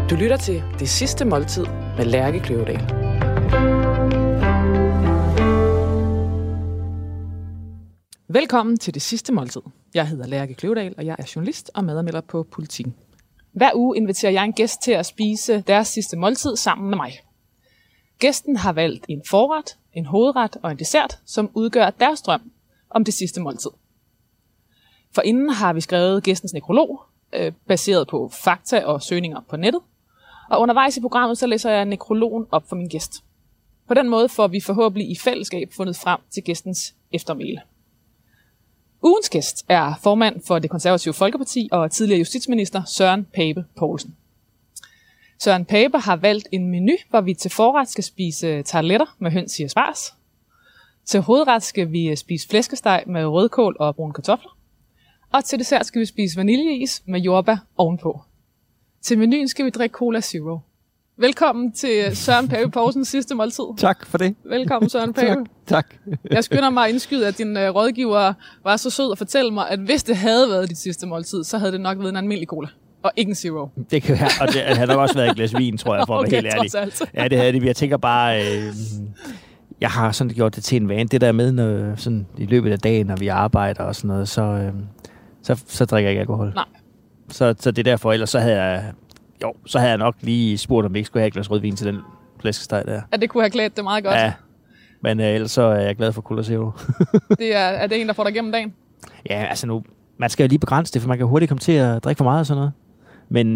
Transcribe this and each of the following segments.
Du lytter til Det Sidste Måltid med Lærke Kløvedal. Velkommen til Det Sidste Måltid. Jeg hedder Lærke Kløvedal, og jeg er journalist og medanmelder på Politiken. Hver uge inviterer jeg en gæst til at spise deres sidste måltid sammen med mig. Gæsten har valgt en forret, en hovedret og en dessert, som udgør deres drøm om det sidste måltid. Forinden har vi skrevet gæstens nekrolog, baseret på fakta og søgninger på nettet. Og undervejs i programmet, så læser jeg nekrologen op for min gæst. På den måde får vi forhåbentlig i fællesskab fundet frem til gæstens eftermæle. Ugens gæst er formand for Det Konservative Folkeparti og tidligere justitsminister Søren Pape Poulsen. Søren Pape har valgt en menu, hvor vi til forret skal spise tarteletter med høns i asparges. Til hovedret skal vi spise flæskesteg med rødkål og brune kartofler. Og til dessert skal vi spise vaniljeis med jordbær ovenpå. Til menuen skal vi drikke Cola Zero. Velkommen til Søren Pape Poulsens sidste måltid. Tak for det. Velkommen, Søren Pape. Tak. Jeg skynder mig at indskyde, at din rådgiver var så sød at fortælle mig, at hvis det havde været dit sidste måltid, så havde det nok været en almindelig cola. Og ikke en Zero. Det kan være, og det havde nok også været et glas vin, tror jeg, for at være helt ærlig. Ja, det havde det. Jeg tænker bare, jeg har sådan gjort det til en vane. Det der med, når, sådan, i løbet af dagen, når vi arbejder og sådan noget, så drikker jeg ikke alkohol. Nej. Så det er derfor, ellers så havde jeg nok lige spurgt, om jeg ikke skulle have et glas rødvin til den flæskesteg der. Ja, det kunne have klædt det meget godt. Ja, men ellers så er jeg glad for Cola Zero. Er det en, der får dig gennem dagen? Ja, altså nu, man skal jo lige begrænse det, for man kan hurtigt komme til at drikke for meget og sådan noget. Men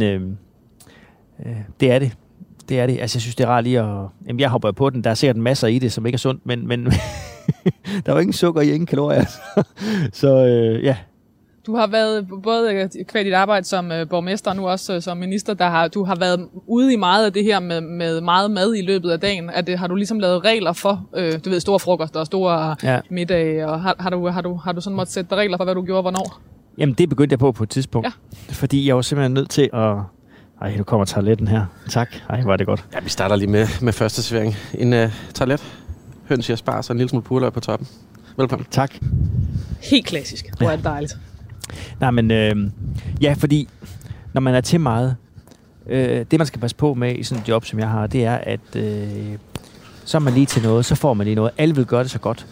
det er det. Det er det. Altså, jeg synes, det er rart lige at... Jamen, jeg hopper på den. Der er sikkert masser i det, som ikke er sundt, men der er jo ingen sukker i, ingen kalorier. Så ja. Du har været både kvad dit arbejde som borgmester og nu også som minister, du har været ude i meget af det her med meget mad i løbet af dagen. Har du ligesom lavet regler for, du ved, store frokoster og store middage, og har du sådan måttet sætte regler for, hvad du gjorde hvornår? Jamen, det begyndte jeg på et tidspunkt. Ja. Fordi jeg var simpelthen nødt til at... Ej, nu kommer tarteletten her. Tak. Ej, var det godt. Ja, vi starter lige med første servering. En tartelet, høns i asparges og en lille smule purløg på toppen. Velkommen. Tak. Helt klassisk. Hvor er det dejligt. Nej, men ja, fordi når man er til meget, det man skal passe på med i sådan et job, som jeg har, det er, at så er man lige til noget, så får man lige noget. Alle vil gøre det så godt.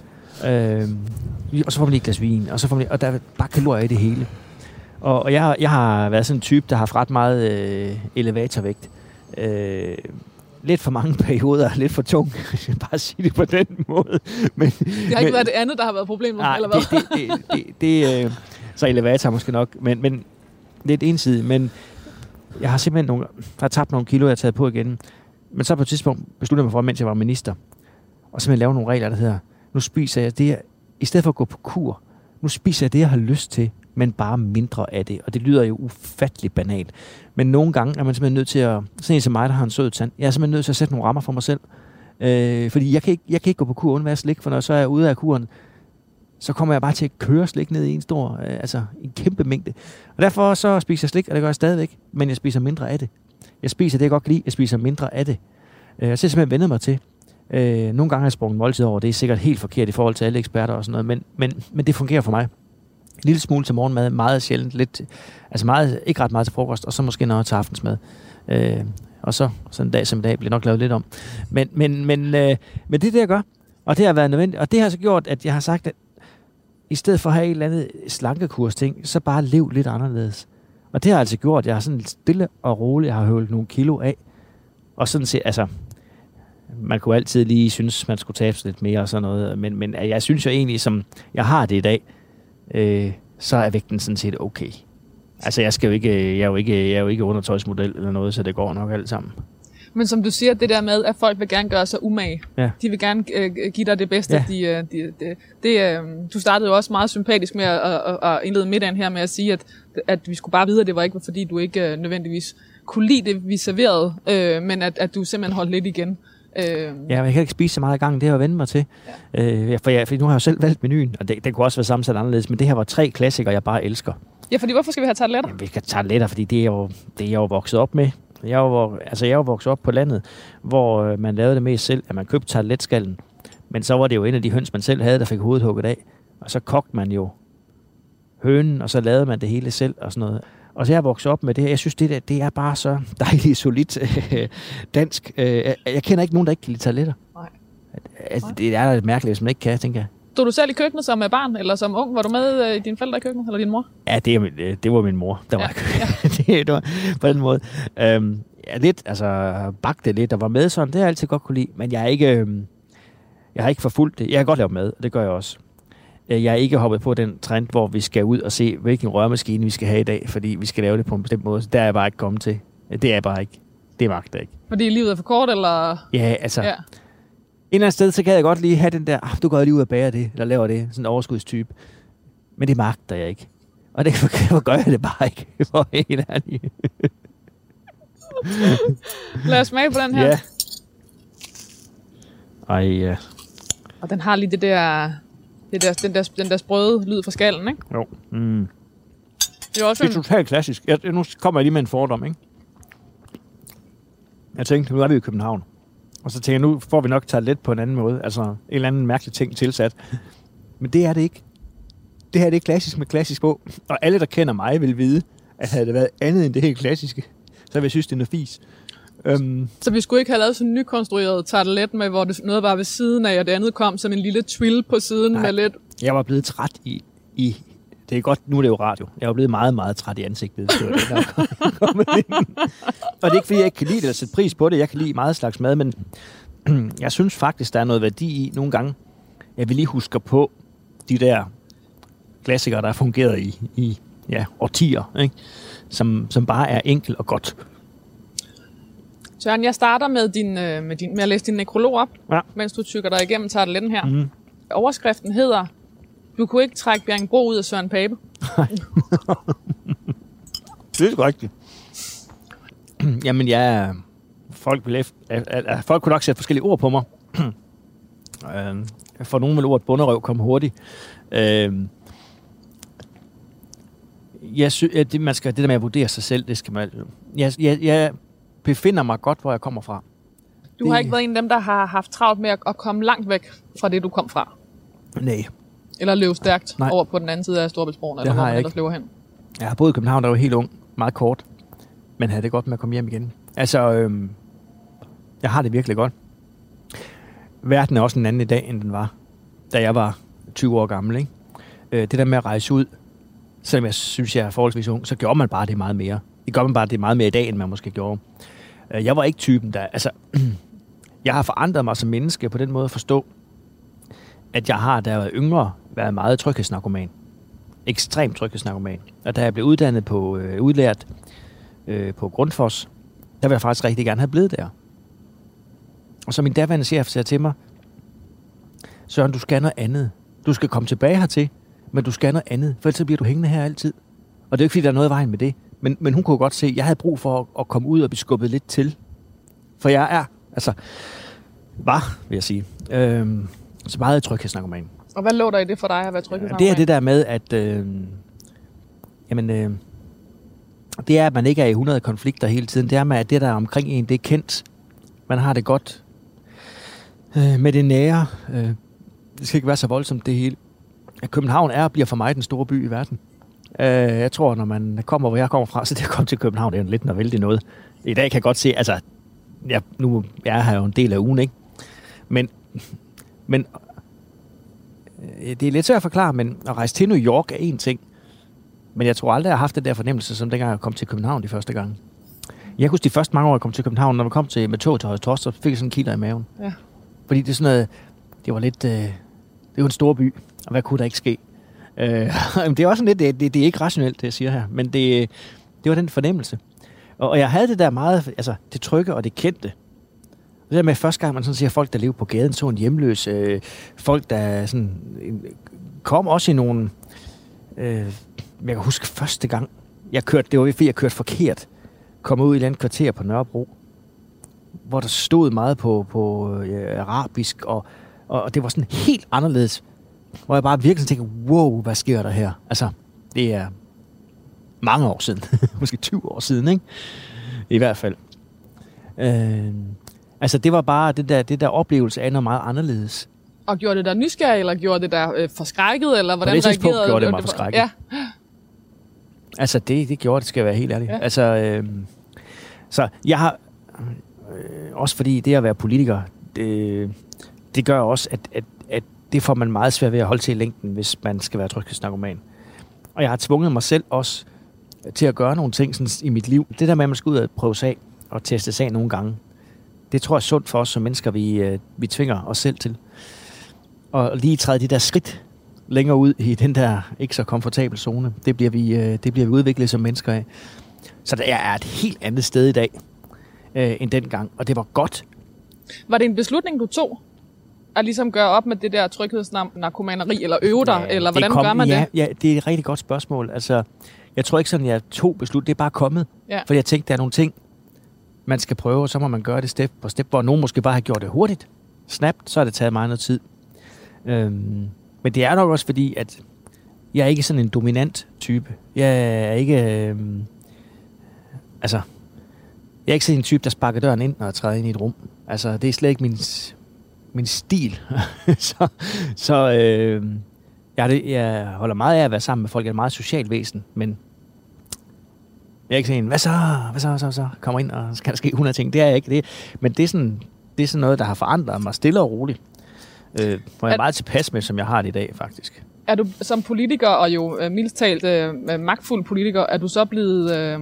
Og så får man lige et glas vin, og der er bare kalorier i det hele. Og jeg har været sådan en type, der har haft ret meget elevatorvægt. Lidt for mange perioder, lidt for tung. Jeg bare sige det på den måde. Men, det har ikke været det andet, der har været problemet, nej, eller hvad? Så elevator måske nok, men lidt ensidigt. Men jeg har simpelthen tabt nogle kilo, jeg har taget på igen. Men så på et tidspunkt besluttede jeg mig for, mens jeg var minister, og simpelthen lave nogle regler, der hedder, nu spiser jeg det, i stedet for at gå på kur, nu spiser jeg det, jeg har lyst til, men bare mindre af det. Og det lyder jo ufatteligt banalt. Men nogle gange er man simpelthen nødt til at... Sådan en som mig, der har en sød tand. Jeg er simpelthen nødt til at sætte nogle rammer for mig selv. Fordi jeg kan ikke gå på kur uden at være slik, for når så er jeg ude af kuren, så kommer jeg bare til at køre slik ned i en stor... en kæmpe mængde. Og derfor så spiser jeg slik, og det gør jeg stadigvæk. Men jeg spiser mindre af det. Jeg spiser det, jeg godt kan lide. Jeg spiser mindre af det. Og så er jeg simpelthen vendet mig til. Nogle gange har jeg sprunget måltid over. Det er sikkert helt forkert i forhold til alle eksperter og sådan noget. Men det fungerer for mig. En lille smule til morgenmad, meget sjældent, lidt, altså meget, ikke ret meget til frokost, og så måske noget til aftensmad. Og så sådan en dag som i dag bliver nok lavet lidt om. Men det er det, jeg gør, og det har været nødvendigt. Og det har så gjort, at jeg har sagt, at i stedet for at have et eller andet slankekursting, så bare lev lidt anderledes. Og det har altså gjort, at jeg har sådan stille og roligt, jeg har høvlet nogle kilo af. Og sådan set, altså, man kunne altid lige synes, man skulle tabe lidt mere og sådan noget. Men jeg synes jo egentlig, som jeg har det i dag, så er vægten sådan set okay. Altså, jeg er jo ikke undertøjsmodel eller noget, så det går nok alt sammen. Men som du siger, det der med, at folk vil gerne gøre sig umage. Ja. De vil gerne give dig det bedste. Ja. Du startede jo også meget sympatisk med at indlede middagen her med at sige, at vi skulle bare vide, at det var ikke fordi, du ikke nødvendigvis kunne lide det, vi serverede, men at du simpelthen holdt lidt igen. Ja, men jeg kan ikke spise så meget i gangen, det har jeg vendt mig til. Ja. For nu har jeg jo selv valgt menuen, og det kunne også være sammensat anderledes, men det her var 3 klassikere, jeg bare elsker. Ja, fordi hvorfor skal vi have tarteletter? Jamen, vi skal have tarteletter, fordi det er jeg jo vokset op med. Jeg er jo vokset op på landet, hvor man lavede det mest selv, at man købte tarteletskallen. Men så var det jo en af de høns, man selv havde, der fik hovedet hugget af. Og så kogte man jo hønen, og så lavede man det hele selv og sådan noget. Og så er jeg vokset op med det her. Jeg synes, det er bare så dejligt, solidt dansk. Jeg kender ikke nogen, der ikke kan lide tarteletter. Nej. Altså, det er da mærkeligt, hvis man ikke kan, tænker jeg. Stod du selv i køkkenet som barn, eller som ung? Var du med i dine forældre i køkkenet, eller din mor? Ja, det var min mor, der var i køkkenet. Det var på den måde. Lidt, altså bagte lidt, der var med sådan, det har jeg altid godt kunne lide. Men jeg har ikke forfulgt det. Jeg kan godt lave mad, og det gør jeg også. Jeg har ikke hoppet på den trend, hvor vi skal ud og se, hvilken rørmaskine vi skal have i dag, fordi vi skal lave det på en bestemt måde. Så der er jeg bare ikke kommet til. Det er jeg bare ikke. Det magter jeg ikke. Fordi livet er for kort, eller? Ja, altså. Ja. Et eller andet sted, så kan jeg godt lige have den der, du går lige ud og bager det, eller laver det, sådan en overskudstype. Men det magter jeg ikke. Og derfor gør jeg det bare ikke, for helt ærligt. Lad os smage på den her. Ja. Ej, ja. Og den har lige den der sprøde lyd fra skallen, ikke? Jo. Mm. Det er også det er totalt klassisk. Nu kommer jeg lige med en fordom, ikke? Jeg tænkte, nu er vi i København. Og så tænkte jeg, nu får vi nok taget lidt på en anden måde. Altså en eller anden mærkelig ting tilsat. Men det er det ikke. Det her det er klassisk med klassisk på. Og alle, der kender mig, vil vide, at havde det været andet end det helt klassiske, så vil jeg synes, det er noget fis. Så vi skulle ikke have lavet sådan en nykonstrueret tartelet med, hvor det noget var ved siden af, og det andet kom som en lille twill på siden. Nej, med lidt... Jeg var blevet træt i... Det er godt, nu er det jo radio. Jeg var blevet meget, meget træt i ansigtet. Og det er ikke, fordi jeg ikke kan lide det eller sætte pris på det. Jeg kan lide meget slags mad, men jeg synes faktisk, der er noget værdi i nogle gange. Jeg vil lige huske på de der klassikere, der har fungeret i årtier, ikke? Som bare er enkel og godt. Søren, jeg starter med at læse din nekrolog op, mens du tykker dig igennem tarteletten her. Mm. Overskriften hedder: Du kunne ikke trække Bjerringbro ud af Søren Pape. Det er sgu rigtigt. Jamen, folk kunne nok sætte forskellige ord på mig. For nogen vil ordet bunderøv komme hurtigt. Jeg synes, det der med at vurdere sig selv, det skal man... Jeg befinder mig godt, hvor jeg kommer fra. Du har ikke været en af dem, der har haft travlt med at komme langt væk fra det, du kom fra? Nej. Eller løbe stærkt over på den anden side af Storebæltsbroen, eller hvor man ellers løber hen? Jeg har boet i København, der var helt ung, meget kort, men havde det godt med at komme hjem igen. Altså, jeg har det virkelig godt. Verden er også en anden i dag, end den var, da jeg var 20 år gammel, ikke? Det der med at rejse ud, selvom jeg synes, jeg er forholdsvis ung, så gjorde man bare det meget mere. Det gør man bare det meget mere i dag, end man måske gjorde. Jeg var ikke typen, der... Altså, jeg har forandret mig som menneske på den måde at forstå, at jeg har, da jeg var yngre, været meget tryghedsnarkoman. Ekstremt tryghedsnarkoman. Og da jeg blev uddannet på udlært på Grundfos, der ville jeg faktisk rigtig gerne have blevet der. Og så min daværende chef sagde til mig, Søren, du skal noget andet. Du skal komme tilbage hertil, men du skal noget andet, for ellers så bliver du hængende her altid. Og det er ikke, fordi der er noget i vejen med det. Men hun kunne godt se, at jeg havde brug for at komme ud og blive skubbet lidt til. For jeg vil jeg sige, så meget tryghedsnarkoman. Og hvad lå der i det for dig at være tryghedsnarkoman? Det er det der med, at det er, at man ikke er i 100 konflikter hele tiden. Det er med, at det der er omkring en, det er kendt. Man har det godt med det nære. Det skal ikke være så voldsomt det hele. København bliver for mig den store by i verden. Jeg tror, når man kommer, hvor jeg kommer fra, så det at komme til København, det er jo lidt noget vældig noget. I dag kan jeg godt se, altså, nu er jeg her jo en del af ugen, ikke? Men det er lidt svært at forklare, men at rejse til New York er en ting. Men jeg tror aldrig, jeg har haft den der fornemmelse, som dengang jeg kom til København de første gange. Jeg husker de første mange år, jeg kom til København, når vi kom med tog til Høje Torstrup, så fik jeg sådan en kilder i maven. Ja. Fordi det er sådan noget, det var lidt, det var en stor by, og hvad kunne der ikke ske? Det er også sådan lidt, det er ikke rationelt, det jeg siger her, men det var den fornemmelse. Og jeg havde det der meget, altså det trygge og det kendte. Det der med første gang, man sådan siger, folk, der lever på gaden, så en hjemløs, folk, der sådan, kom også i nogle, jeg kan huske første gang, det var fordi jeg kørte forkert, kom ud i et eller andet kvarter på Nørrebro, hvor der stod meget på arabisk, og det var sådan helt anderledes, hvor jeg bare virkelig tænkte, wow, hvad sker der her? Altså, det er mange år siden, måske 20 år siden, ikke? I hvert fald. Altså, det var bare det der oplevelse af noget meget anderledes. Og gjorde det der nysgerrig, eller gjorde det der forskrækket, eller hvordan reagerede du? På det tidspunkt gjorde det mig forskrækket. Ja. Altså, det gjorde det, skal jeg være helt ærlig. Ja. Altså, så jeg har... også fordi det at være politiker, det gør også, at det får man meget svært ved at holde til i længden, hvis man skal være tryghedsnarkoman. Og jeg har tvunget mig selv også til at gøre nogle ting sådan, i mit liv. Det der med, at man skal ud og prøve af og teste af nogle gange, det tror jeg er sundt for os som mennesker, vi tvinger os selv til. Og lige træde de der skridt længere ud i den der ikke så komfortable zone, det bliver vi udviklet som mennesker af. Så der er et helt andet sted i dag, end dengang, og det var godt. Var det en beslutning, du tog? At ligesom gøre op med det der tryghedsnarkomaneri, eller øve dig, eller hvordan gør man det? Ja, det er et rigtig godt spørgsmål. Altså, jeg tror ikke sådan, jeg tog beslutning. Det er bare kommet. Ja. For jeg tænkte, der er nogle ting, man skal prøve, og så må man gøre det step for step, hvor nogen måske bare har gjort det hurtigt. Snapt, så har det taget meget noget tid. Men det er nok også fordi, at jeg er ikke sådan en dominant type. Jeg er ikke... jeg er ikke sådan en type, der sparker døren ind, når jeg træder ind i et rum. Altså, det er slet ikke min stil. Jeg holder meget af at være sammen med folk. Jeg er et meget socialt væsen, men jeg er ikke sådan, hvad så, kommer ind, og skal der ske 100 ting. Det er jeg ikke. Men det er sådan noget, der har forandret mig stille og roligt. Hvor jeg er meget tilpas med, som jeg har det i dag, faktisk. Er du som politiker, og jo mildt talt magtfuld politiker, er du så blevet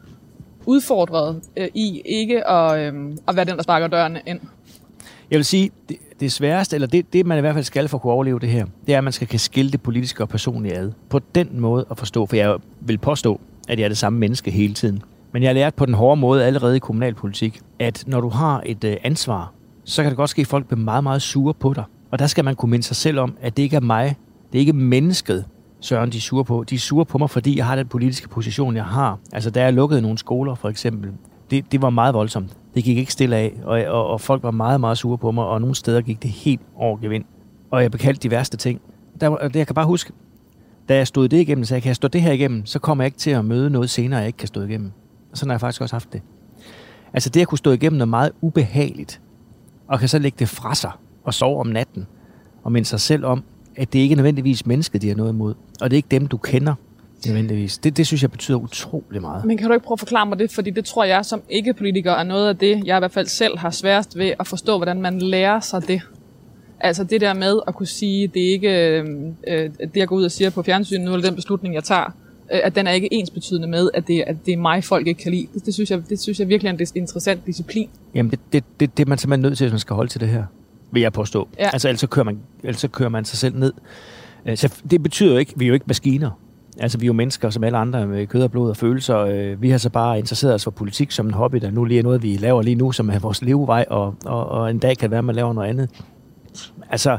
udfordret i ikke at være den, der sparker dørene ind? Jeg vil sige, det sværeste, eller det man i hvert fald skal for at kunne overleve det her, det er, at man skal kan skille det politiske og personlige ad. På den måde at forstå, for jeg vil påstå, at jeg er det samme menneske hele tiden. Men jeg har lært på den hårde måde allerede i kommunalpolitik, at når du har et ansvar, så kan det godt ske, at folk bliver meget, meget sure på dig. Og der skal man kunne minde sig selv om, at det ikke er mig, det er ikke mennesket, Søren, de er sure på. De er sure på mig, fordi jeg har den politiske position, jeg har. Altså, da jeg lukkede nogle skoler, for eksempel, det var meget voldsomt. Det gik ikke stille af, og folk var meget, meget sure på mig, og nogle steder gik det helt over gevind. Og jeg bekaldte de værste ting. Jeg kan bare huske, da jeg stod det igennem, så jeg kan stå det her igennem, så kommer jeg ikke til at møde noget senere, jeg ikke kan stå igennem. Og sådan har jeg faktisk også haft det. Altså det at kunne stå igennem noget meget ubehageligt, og kan så lægge det fra sig, og sove om natten, og minde sig selv om, at det ikke er nødvendigvis mennesket, de har noget imod, og det er ikke dem, du kender nødvendigvis. Det synes jeg betyder utrolig meget. Men kan du ikke prøve at forklare mig det? Fordi det tror jeg som ikke-politiker er noget af det, jeg i hvert fald selv har sværest ved at forstå, hvordan man lærer sig det. Altså det der med at kunne sige, det er ikke det, jeg går ud og siger på fjernsynet nu, eller den beslutning, jeg tager, at den er ikke ensbetydende med, at det er mig, folk ikke kan lide. Det synes jeg virkelig er en interessant disciplin. Jamen det er man simpelthen nødt til, hvis man skal holde til det her, vil jeg påstå. Ja. Altså ellers kører man sig selv ned. Så det betyder jo ikke, vi er jo ikke maskiner. Altså vi er jo mennesker som alle andre med kød og blod og følelser. Vi har så bare interesseret os for politik som en hobby, der nu lige er noget, vi laver lige nu, som er vores levevej, og en dag kan være, at man laver noget andet. Altså,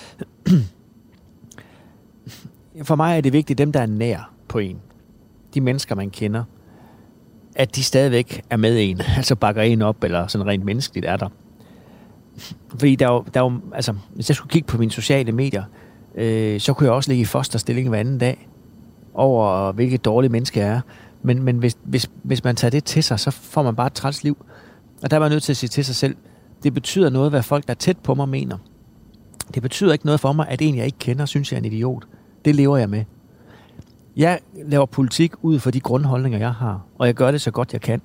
for mig er det vigtigt, dem der er nær på en, de mennesker man kender, at de stadigvæk er med en, altså bakker en op, eller sådan rent menneskeligt er der. Fordi der er jo altså, hvis jeg skulle kigge på mine sociale medier, så kunne jeg også ligge i fosterstilling hver anden dag, over hvilket dårligt menneske jeg er. Men hvis man tager det til sig, så får man bare et træls liv. Og der er man nødt til at sige til sig selv, det betyder noget, hvad folk, der er tæt på mig, mener. Det betyder ikke noget for mig, at en, jeg ikke kender, synes jeg er en idiot. Det lever jeg med. Jeg laver politik ud fra de grundholdninger, jeg har, og jeg gør det så godt, jeg kan.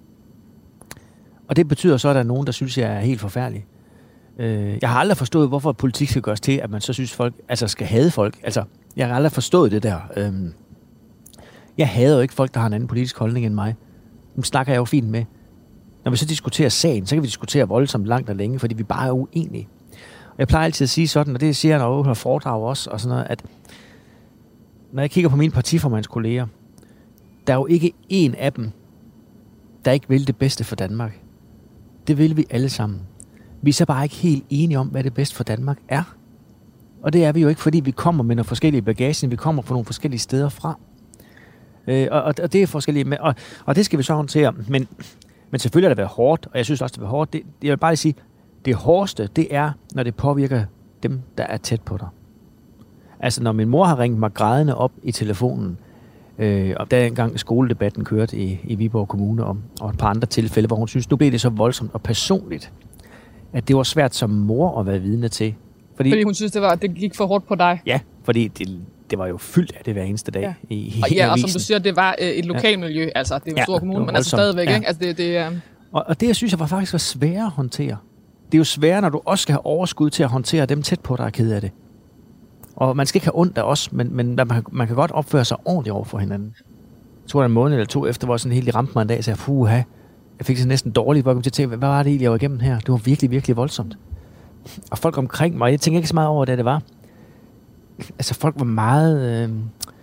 Og det betyder så, at der er nogen, der synes, jeg er helt forfærdelig. Jeg har aldrig forstået, hvorfor politik skal gøres til, at man så synes, folk skal hade folk. Altså, jeg har aldrig forstået det der. Jeg hader jo ikke folk, der har en anden politisk holdning end mig. Dem snakker jeg jo fint med. Når vi så diskuterer sagen, så kan vi diskutere voldsomt langt og længe, fordi vi bare er uenige. Og jeg plejer altid at sige sådan, og det siger jeg, når jeg holder foredrag også, og sådan noget, at når jeg kigger på mine partiformandskolleger, der er jo ikke én af dem, der ikke vil det bedste for Danmark. Det vil vi alle sammen. Vi er så bare ikke helt enige om, hvad det bedste for Danmark er. Og det er vi jo ikke, fordi vi kommer med nogle forskellige bagager, vi kommer fra nogle forskellige steder fra. Og det er forskellige med, og det skal vi så håndtere. Men selvfølgelig har det været hårdt, og jeg synes også, det har været hårdt. Jeg vil bare sige, det hårdeste, det er, når det påvirker dem, der er tæt på dig. Altså, når min mor har ringet mig grædende op i telefonen, og der engang skoledebatten kørte i Viborg Kommune og et par andre tilfælde, hvor hun synes, nu blev det så voldsomt og personligt, at det var svært som mor at være vidne til. Fordi hun synes, det gik for hårdt på dig? Ja, fordi det var jo fyldt af det hver eneste dag i og som du siger, det var et lokalmiljø, altså det er jo en stor kommune, men altså stadigvæk, ikke? Altså Og det, jeg synes, jeg faktisk var svære at håndtere. Det er jo sværere, når du også skal have overskud til at håndtere dem tæt på, der er ked af det. Og man skal ikke have ondt af os, men man kan godt opføre sig ordentligt over for hinanden. Jeg tror, en måned eller 2 efter, hvor sådan helt ramte mig en dag, og sagde, jeg fik så næsten dårligt, hvor jeg kom til at tænke, hvad var det egentlig, jeg var igennem her? Det var virkelig, virkelig voldsomt. Og folk omkring mig, jeg tænker ikke så meget over, hvad det var. Altså, folk var meget,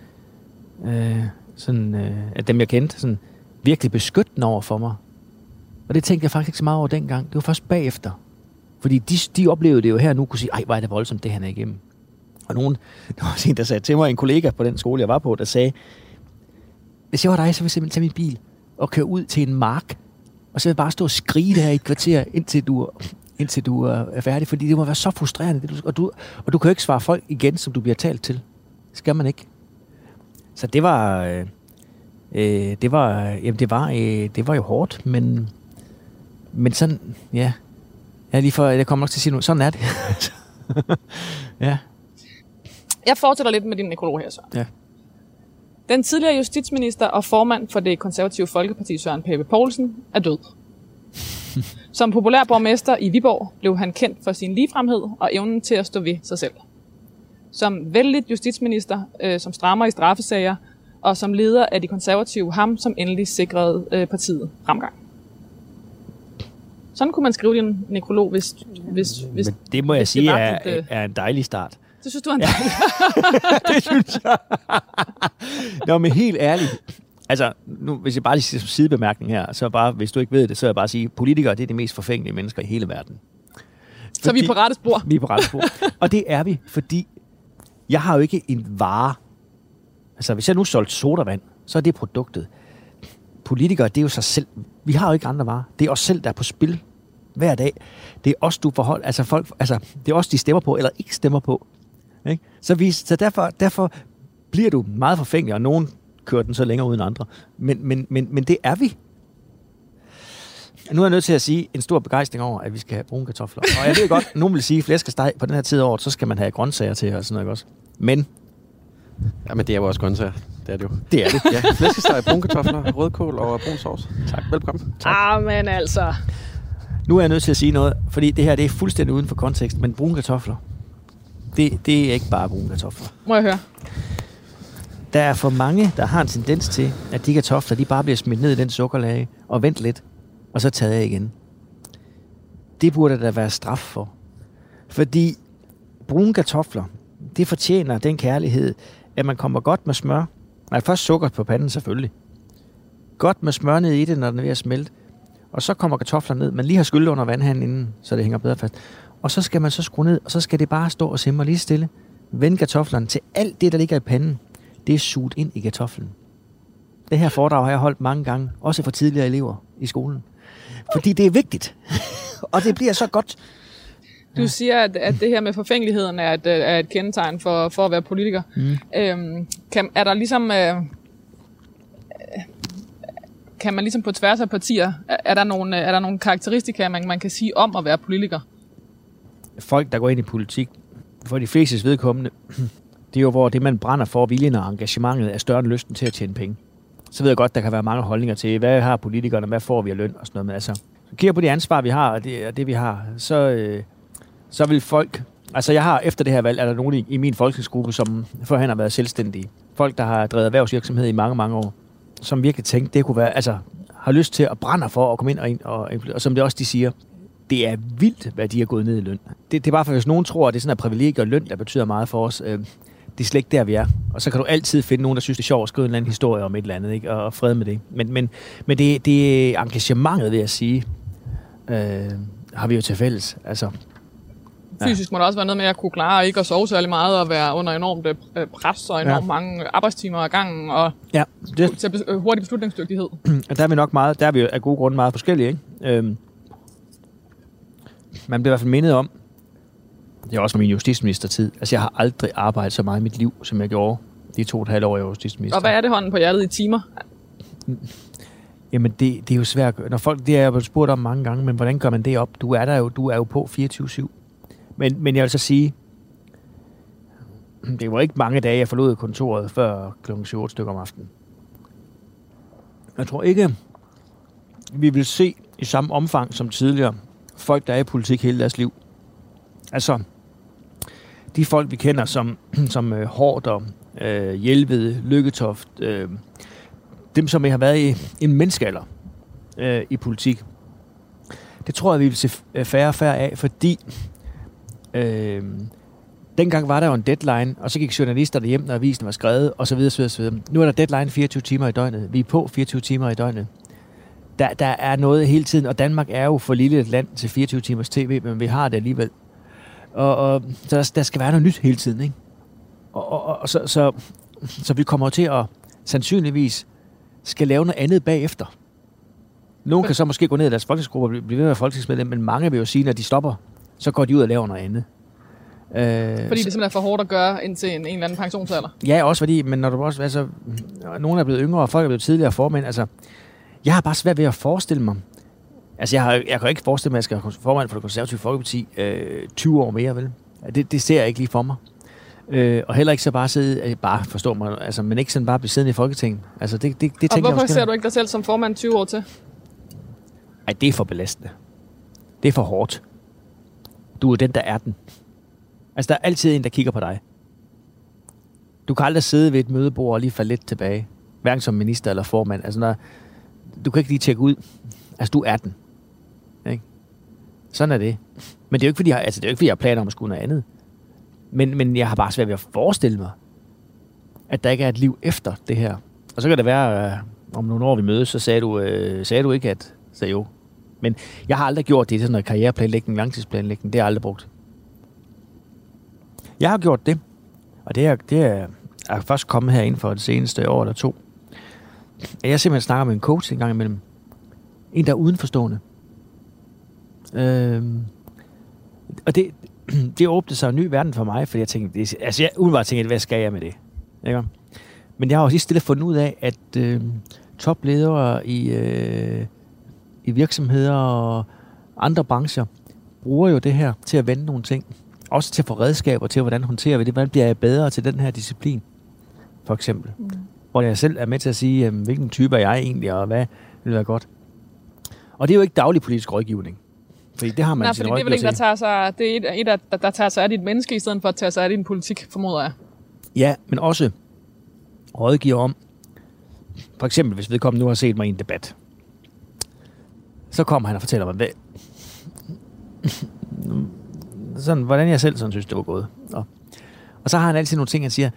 af dem jeg kendte, sådan virkelig beskyttende over for mig. Og det tænkte jeg faktisk ikke så meget over dengang. Det var først bagefter. Fordi de oplevede det jo her nu, kunne sige, ej, hvor er det voldsomt, det han er igennem. Og der var også en, der sagde til mig, en kollega på den skole, jeg var på, der sagde, hvis jeg var dig, så ville jeg simpelthen tage min bil og køre ud til en mark, og så vil jeg bare stå og skrige der i et kvarter, indtil du er færdig, fordi det må være så frustrerende. Og du kan jo ikke svare folk igen, som du bliver talt til. Det skal man ikke. Så det var jo hårdt, men sådan, ja. Jeg kommer nok til at sige noget. Sådan er det. Ja. Jeg fortsætter lidt med din nekrolog her så. Ja. Den tidligere justitsminister og formand for det konservative Folkeparti, Søren Pape Poulsen, er død. Som populær borgmester i Viborg blev han kendt for sin ligefremhed og evnen til at stå ved sig selv. Som vældigt justitsminister, som strammer i straffesager, og som leder af de konservative ham, som endelig sikrede partiet fremgang. Sådan kunne man skrive din nekrolog, hvis men det må jeg sige er en dejlig start. Det synes du er en dejlig det synes jeg. Nå, men helt ærligt. Altså, nu, hvis jeg bare lige siger som sidebemærkning her, så bare, hvis du ikke ved det, så vil jeg bare sige, politikere, det er de mest forfængelige mennesker i hele verden. Så vi er på rette spor. Vi er på rette spor. Og det er vi, fordi jeg har jo ikke en vare. Altså, hvis jeg nu solgte sodavand, så er det produktet. Politikere, det er jo sig selv. Vi har jo ikke andre varer. Det er os selv, der er på spil hver dag. Det er os, du forholder. Altså, det er os, de stemmer på, eller ikke stemmer på. Ikke? Så derfor bliver du meget forfængelig, og nogen kører den så længere uden andre. Men det er vi. Nu er jeg nødt til at sige en stor begejstring over, at vi skal have brune kartofler. Og jeg ved godt, nogen vil sige, at flæskesteg på den her tid af året, så skal man have grøntsager til og sådan noget også. Men jamen, det er jo også grøntsager. Det er det jo. Det er det. Ja, flæskesteg, brune kartofler, rødkål og brun sovs. Tak, velkommen. Tak. Men altså. Nu er jeg nødt til at sige noget, fordi det her det er fuldstændig uden for kontekst, men brune kartofler, det er ikke bare brune kartofler. Må jeg høre? Der er for mange, der har en tendens til, at de kartofler, de bare bliver smidt ned i den sukkerlage, og vent lidt, og så taget af igen. Det burde der være straf for. Fordi brune kartofler, det fortjener den kærlighed, at man kommer godt med smør. Nej, først sukker på panden selvfølgelig. Godt med smør ned i det, når den er ved at smelte. Og så kommer kartoflerne ned. Man lige har skyllet under vandhanen inden, så det hænger bedre fast. Og så skal man så skrue ned, og så skal det bare stå og simre lige stille. Vend kartoflerne til alt det, der ligger i panden. Det er suget ind i kartoflen. Det her foredrag har jeg holdt mange gange, også for tidligere elever i skolen. Fordi det er vigtigt. Og det bliver så godt. Du siger, at det her med forfængeligheden er et kendetegn for at være politiker. Er der ligesom... kan man ligesom på tværs af partier, er der nogle karakteristika, man kan sige om at være politiker? Folk, der går ind i politik, for de flestes vedkommende, det er jo, hvor det, man brænder for, viljen og engagementet, er større end lysten til at tjene penge. Så ved jeg godt, der kan være mange holdninger til, hvad har politikerne, hvad får vi af løn og sådan noget. Men altså, så kigger på de ansvar, vi har, og det vi har, så vil folk... Altså, jeg har efter det her valg, er der nogen i min folketingsgruppe, som førhen har været selvstændige. Folk, der har drevet erhvervsvirksomhed i mange, mange år, som virkelig tænkte, det kunne være... Altså, har lyst til at brænde for at komme ind og som det også de siger, det er vildt, hvad de har gået ned i løn. Det er bare for, hvis nogen tror, at det er sådan en privilegie og løn, der betyder meget for os. Det er slet ikke der, vi er. Og så kan du altid finde nogen, der synes, det er sjovt at skrive en eller anden historie om et eller andet, ikke? Og fred med det. Men det er engagementet, vil jeg sige, har vi jo til fælles. Altså, fysisk må der også være noget med at kunne klare ikke at sove særlig meget og være under enormt pres og enormt mange arbejdstimer ad gangen og til hurtig beslutningsdygtighed. Og der er vi nok meget, der er vi af gode grunde meget forskellige, ikke? Man bliver i hvert fald mindet om, det er også fra min justitsministertid, altså jeg har aldrig arbejdet så meget i mit liv, som jeg gjorde de 2,5 år, jeg var justitsminister. Og hvad er det hånden på hjertet i timer? Jamen det er jo svært. Når folk, det er jeg blevet spurgt om mange gange, men hvordan gør man det op? Du er jo på 24/7. Men jeg vil så sige, det var ikke mange dage, jeg forlod kontoret før kl. 7-8 stykker om aftenen. Jeg tror ikke, vi vil se i samme omfang som tidligere folk, der er i politik hele deres liv. Altså, de folk, vi kender som Haarder, Jelved, Lykketoft, dem, som har været i en menneskealder i politik, det tror jeg, vi vil se færre og færre af, fordi dengang var der jo en deadline, og så gik journalister hjem, når avisen var skrevet, og så videre, så videre. Nu er der deadline 24 timer i døgnet. Vi er på 24 timer i døgnet. Der er noget hele tiden, og Danmark er jo for lille et land til 24 timers tv, men vi har det alligevel. Og så der skal være noget nyt hele tiden, ikke? Og så vi kommer til at sandsynligvis skal lave noget andet bagefter. Nogle kan så måske gå ned i deres folketingsgruppe og blive ved med folketingsmedlem, men mange vil jo sige, når de stopper, så går de ud og laver noget andet. Fordi det simpelthen er for hårdt at gøre indtil en eller anden pensionsalder? Ja, også fordi, men når du også, altså, nogen er blevet yngre, og folk er blevet tidligere formænd, altså, jeg har bare svært ved at forestille mig, altså jeg kan ikke forestille mig, at jeg skal være formand for det konservative Folkeparti 20 år mere, vel? Det ser jeg ikke lige for mig. Og heller ikke så bare sidde, bare forstå mig, altså, men ikke sådan bare blive siddende i Folketinget. Altså, det tænker og hvorfor jeg ser du ikke dig selv som formand 20 år til? Ej, det er for belastende. Det er for hårdt. Du er den, der er den. Altså, der er altid en, der kigger på dig. Du kan aldrig sidde ved et mødebord og lige falde lidt tilbage. Hverken som minister eller formand. Altså, du kan ikke lige tjekke ud. Altså, du er den. Ikke? Sådan er det. Men det er jo ikke, fordi jeg har planer om at skulle noget andet. Men jeg har bare svært ved at forestille mig, at der ikke er et liv efter det her. Og så kan det være, om nogle år vi mødes, så sagde du ikke, at sagde jo. Men jeg har aldrig gjort det i sådan noget karriereplanlægning, langtidsplanlægning. Det har jeg aldrig brugt. Jeg har gjort det, og det er først kommet her inden for det seneste år eller to. Jeg simpelthen snakker med en coach en gang imellem. En, der er udenforstående. Og det åbnede sig en ny verden for mig, fordi jeg tænkte, jeg umiddelbart tænkte, hvad skal jeg med det? Ikke? Men jeg har også lige stille fundet ud af, at topledere i virksomheder og andre brancher bruger jo det her til at vende nogle ting. Også til at få redskaber til, hvordan håndterer vi det. Hvordan bliver jeg bedre til den her disciplin, for eksempel. Hvor jeg selv er med til at sige, hvilken type er jeg egentlig, og hvad vil være godt. Og det er jo ikke daglig politisk rådgivning. Fordi det har man sin rådgiver til. Det er et, der tager sig af dit menneske, i stedet for at tage sig af din politik, formoder jeg. Ja, men også rådgiver om, for eksempel, hvis vedkommende nu har set mig i en debat, så kommer han og fortæller mig, hvad sådan, hvordan jeg selv sådan synes, det var gået. Og så har han altid nogle ting, han siger,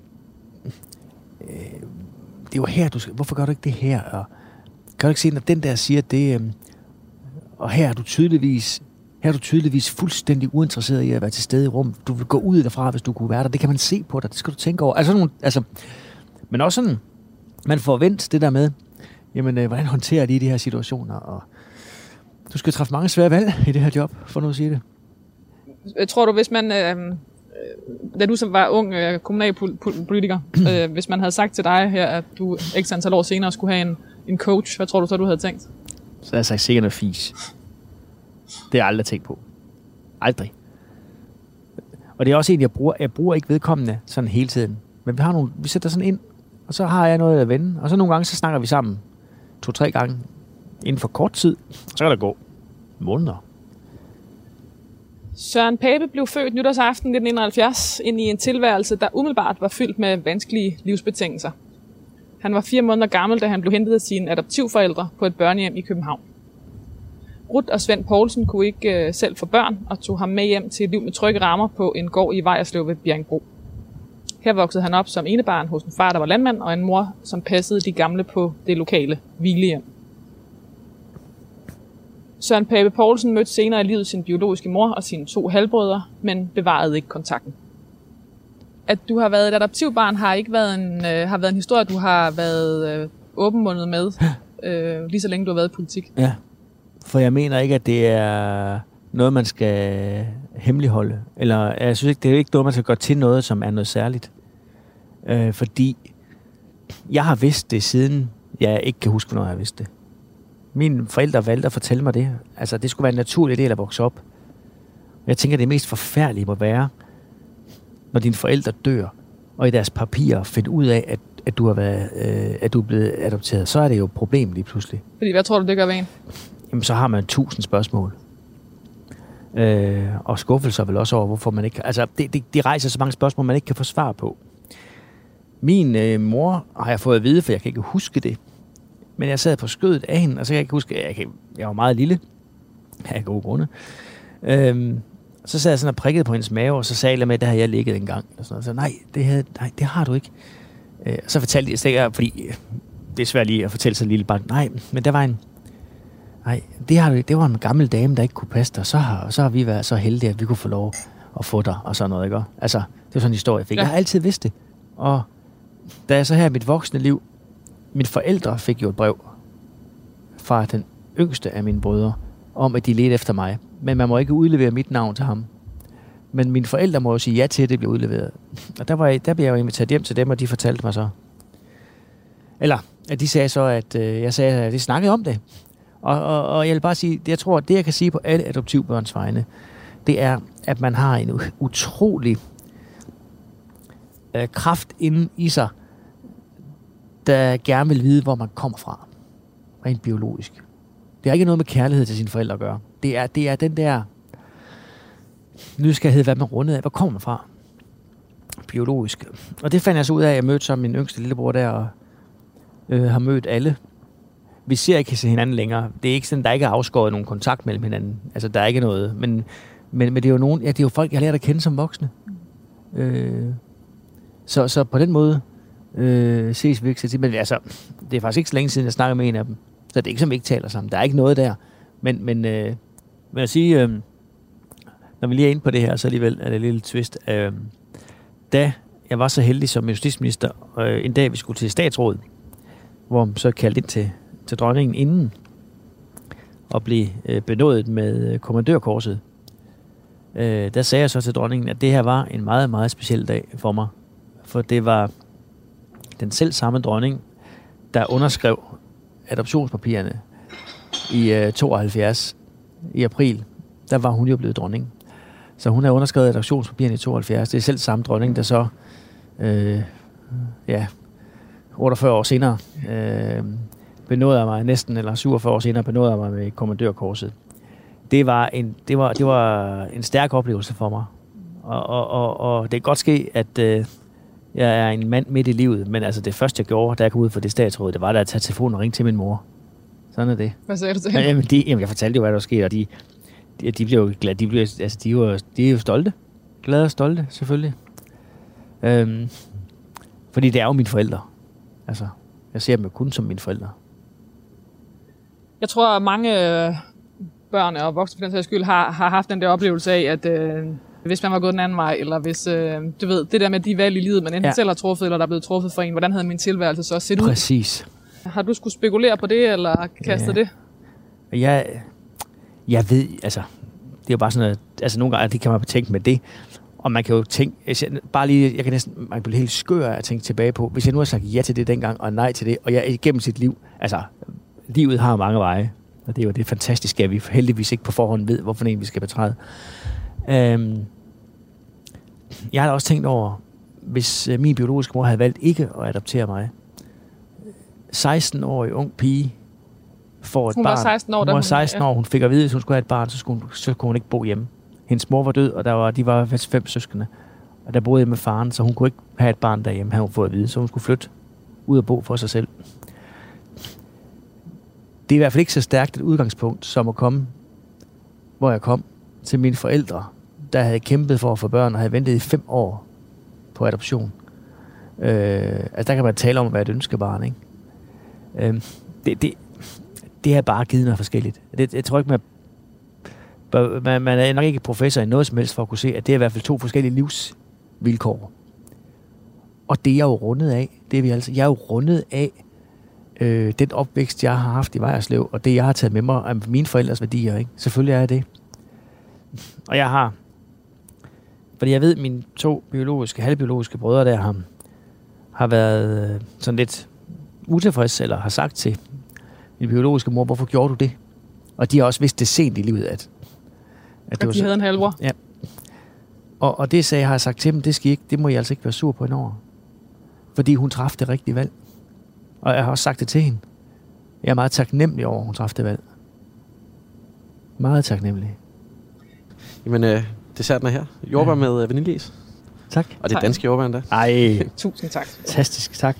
det var her, hvorfor gør du ikke det her? Og kan du ikke se, når den der siger det, og her er du tydeligvis fuldstændig uinteresseret i at være til stede i rum. Du vil gå ud derfra, hvis du kunne være der. Det kan man se på dig, det skal du tænke over. Men også sådan, man får vendt det der med, jamen, hvordan håndterer de her situationer? Og du skal træffe mange svære valg i det her job, for nu at sige det. Tror du, hvis man, da du som var ung kommunalpolitiker, hvis man havde sagt til dig her, at du ikke antal år senere skulle have en coach, hvad tror du så, du havde tænkt? Så havde jeg sagt sikkert noget fis. Det har jeg aldrig tænkt på. Aldrig. Og det er også en, jeg bruger ikke vedkommende sådan hele tiden. Men vi sætter sådan ind, og så har jeg noget at vende. Og så nogle gange, så snakker vi sammen 2-3 gange inden for kort tid. Så kan der gå måneder. Søren Pape blev født nytårsaften 1971 ind i en tilværelse, der umiddelbart var fyldt med vanskelige livsbetingelser. Han var 4 måneder gammel, da han blev hentet af sine adoptivforældre på et børnehjem i København. Ruth og Svend Poulsen kunne ikke selv få børn og tog ham med hjem til et liv med trygge rammer på en gård i Vejerslev ved Bjerringbro. Her voksede han op som enebarn hos en far, der var landmand, og en mor, som passede de gamle på det lokale hvilehjem. Søren Pape Poulsen mødte senere i livet sin biologiske mor og sine 2 halvbrødre, men bevarede ikke kontakten. At du har været et adoptivbarn har ikke været en historie, du har været åbenmundet med, lige så længe du har været i politik. Ja, for jeg mener ikke, at det er noget, man skal hemmeligholde. Eller jeg synes ikke, det er ikke noget, man skal gøre til noget, som er noget særligt. Fordi jeg har vidst det, siden jeg ikke kan huske, hvornår jeg vidste det. Mine forældre valgte at fortælle mig det. Altså, det skulle være en naturlig del at vokse op. Jeg tænker, det mest forfærdelige må være, når dine forældre dør, og i deres papirer finder ud af, at du er blevet adopteret, så er det jo et problem lige pludselig. Fordi hvad tror du, det gør ved en? Jamen, så har man 1000 spørgsmål. Og skuffelser vel også over, hvorfor man ikke... Altså, de rejser så mange spørgsmål, man ikke kan få svar på. Min mor har jeg fået at vide, for jeg kan ikke huske det. Men jeg sad på skødet af hende, og så kan jeg ikke huske... Jeg var meget lille. Af gode grunde. Så sad jeg sådan og prikkede på hendes mave, og så sagde jeg med, at det har jeg ligget engang. Og sådan noget. Så nej, det har du ikke. Så fortalte jeg, fordi det er svært lige at fortælle sig en lille barn. Nej, men der var en... Nej, det har du ikke. Det var en gammel dame, der ikke kunne passe dig. Så har vi været så heldige, at vi kunne få lov at få dig, og sådan noget, ikke? Altså, det var sådan en historie, jeg fik. Ja. Jeg har altid vidst det. Og da jeg så her i mit voksne liv, mine forældre fik jo et brev fra den yngste af mine brødre, om at de ledte efter mig. Men man må ikke udlevere mit navn til ham. Men mine forældre må jo sige ja til, at det blev udleveret. Og der blev jeg jo inviteret hjem til dem, og de fortalte mig så. Eller, at de sagde så, at jeg sagde, at de snakkede om det. Og jeg vil bare sige, jeg tror, det jeg kan sige på alle adoptivbørns vegne, det er, at man har en utrolig kraft inde i sig, der gerne vil vide, hvor man kommer fra. Rent biologisk. Det har ikke noget med kærlighed til sine forældre at gøre. Det er den der nysgerrighed, hvad man rundet af. Hvor kommer man fra? Biologisk. Og det fandt jeg så ud af, at jeg mødte som min yngste lillebror der, og har mødt alle. Vi ser ikke til hinanden længere. Det er ikke sådan, der ikke er afskåret nogen kontakt mellem hinanden. Altså, der er ikke noget. Men det er jo nogen, ja, det er jo folk, jeg har lært at kende som voksne. Så på den måde ses vi ikke så tit. Men altså, det er faktisk ikke så længe siden, jeg snakker med en af dem. Så det er ikke, som vi ikke taler sammen. Der er ikke noget der. Men at sige, når vi lige er inde på det her, så alligevel er det et lille twist. Da jeg var så heldig som justitsminister, en dag vi skulle til statsrådet, hvor man så kaldte ind til dronningen inden og blev benådet med kommandørkorset. Der sagde jeg så til dronningen, at det her var en meget, meget speciel dag for mig. For det var den selv samme dronning, der underskrev adoptionspapirerne i 72 i april. Der var hun jo blevet dronning. Så hun har underskrevet adoptionspapirerne i 72. Det er selv samme dronning, der så 48 år senere benåede mig næsten, eller 47 år senere benåede mig med kommandørkorset. Det var en stærk oplevelse for mig. Og det kan godt ske, at jeg er en mand midt i livet, men altså det første, jeg gjorde, da jeg kom ud fra det statsråd, det var da at tage telefonen og ringe til min mor. Sådan er det. Hvad sagde du til hende? Jamen, jeg fortalte jo, hvad der skete, og de blev jo glade. De er jo stolte. Glade og stolte, selvfølgelig. Fordi det er jo mine forældre. Altså, jeg ser dem jo kun som mine forældre. Jeg tror, at mange børn og voksne for den sags skyld har haft den der oplevelse af, at hvis man var gået den anden vej, eller hvis, du ved, det der med de valg i livet, man enten selv har truffet, eller der er blevet truffet for en, hvordan havde min tilværelse så set ud? Præcis. Har du skulle spekulere på det, eller kastet det? Jeg ved, altså, det er jo bare sådan, at altså, nogle gange, det kan man betænke med det, og man kan jo tænke, man kan blive helt skør af at tænke tilbage på, hvis jeg nu har sagt ja til det dengang, og nej til det, og jeg igennem sit liv, altså, livet har mange veje, og det er jo det fantastiske, at vi heldigvis ikke på forhånd ved, hvorfor en vi skal betræde. Jeg har da også tænkt over, hvis min biologiske mor havde valgt ikke at adoptere mig, 16-årig ung pige får et barn. Hun var 16 år, hun var 16 år, hun fik at vide, at hvis hun skulle have et barn, så kunne hun ikke bo hjemme. Hendes mor var død, og de var 5 søskende. Og der boede jeg med faren, så hun kunne ikke have et barn derhjemme, havde hun fået at vide. Så hun skulle flytte ud og bo for sig selv. Det er i hvert fald ikke så stærkt et udgangspunkt, som at komme, hvor jeg kom, til mine forældre, der havde kæmpet for at få børn, og havde ventet i 5 år på adoption. Altså der kan man tale om at være et ønskebarn, ikke? Det er bare givet noget forskelligt. Jeg tror ikke, man er nok ikke professor i noget som helst for at kunne se, at det er i hvert fald 2 forskellige livsvilkår. Og det er jeg jo rundet af. Jeg er jo rundet af den opvækst, jeg har haft i Vejerslev, og det, jeg har taget med mig af mine forældres værdier. Ikke? Selvfølgelig er jeg det. Og fordi jeg ved, at mine 2 halvbiologiske brødre der har været sådan lidt utilfreds, eller har sagt til min biologiske mor, hvorfor gjorde du det? Og de har også vidst det sent i livet, at det var de havde en halvbror. Ja. Og det har jeg sagt til dem, det må I altså ikke være sur på over. Fordi hun træffede det rigtige valg. Og jeg har også sagt det til hende. Jeg er meget taknemmelig over, at hun træffede det valg. Meget taknemmelig. Jamen, desserten er her. Jordbær med vaniljeis. Tak. Og det er danske jordbær endda. Ej. Tusind tak. Fantastisk, tak.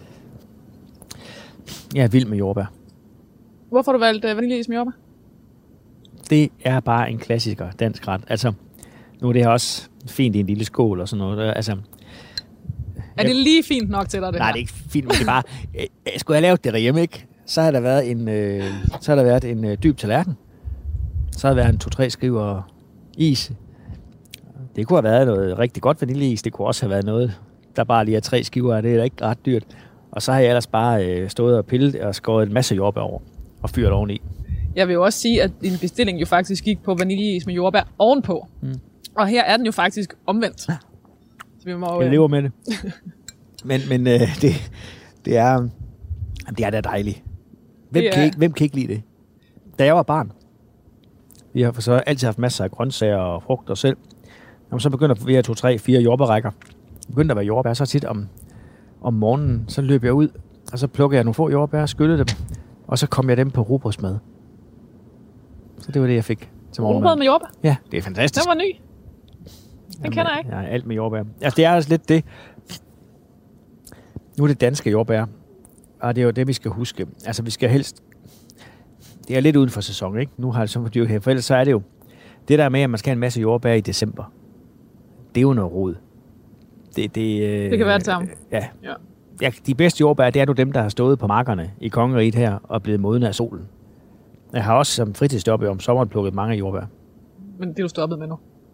Jeg er vild med jordbær. Hvorfor har du valgt vaniljeis med jordbær? Det er bare en klassiker, dansk ret. Altså, nu er det her også fint i en lille skål og sådan noget. Altså, er det lige fint nok til dig, det nej, her? det er ikke fint, men det er bare... skulle jeg lave det derhjemme, ikke? Så har der været en dyb tallerken. Så har der været 2-3 skiver is. Det kunne have været noget rigtig godt vaniljeis. Det kunne også have været noget, der bare lige er 3 skiver af. Det er da ikke ret dyrt. Og så har jeg ellers bare stået og pillet og skåret en masse jordbær over og fyret oveni. Jeg vil jo også sige, at din bestilling jo faktisk gik på vaniljeis med jordbær ovenpå. Og her er den jo faktisk omvendt. Så vi må, jeg lever med det. men det er da dejligt. Hvem kan ikke lide det? Da jeg var barn, vi har så altid haft masser af grøntsager og frugter selv. Når man så begynder vi at 2, 3, 4 jordbærrækker, begyndte at være jordbær, så tit om morgenen, så løb jeg ud, og så plukkede jeg nogle få jordbær, skyllede dem, og så kom jeg dem på rugbrødsmad. Så det var det, jeg fik til morgenmad. Rugbrød med jordbær? Ja, det er fantastisk. Den var ny. Den kender jeg ikke. Ja, alt med jordbær. Altså, det er altså lidt det. Nu er det danske jordbær, og det er jo det, vi skal huske. Altså, vi skal helst... Det er lidt uden for sæson, ikke? Nu har det sådan for dyrket her, for ellers så er det jo... Det der med, at man skal have en masse jordbær i december, det er jo noget rod. Det kan være det samme. Ja, de bedste jordbær, det er nu dem, der har stået på markerne i kongeriget her og blevet modne af solen. Jeg har også som fritidsjob om sommeren plukket mange jordbær. Men det er du stoppet med nu?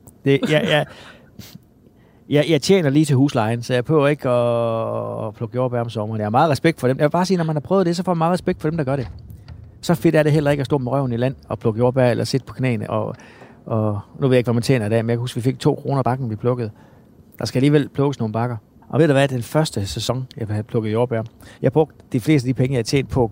Jeg tjener lige til huslejen, så jeg prøver ikke at plukke jordbær om sommeren. Jeg har meget respekt for dem. Jeg vil bare sige, når man har prøvet det, så får man meget respekt for dem, der gør det. Så fedt er det heller ikke at stå med røven i land og plukke jordbær eller sidde på knæene. Og nu ved jeg ikke, hvad man tjener i dag, men jeg kan huske, vi fik 2 kroner bakken, vi plukkede. Der skal alligevel plukkes nogle bakker. Og ved du hvad, den første sæson, jeg havde plukket jordbær, jeg brugte de fleste af de penge, jeg tjente på at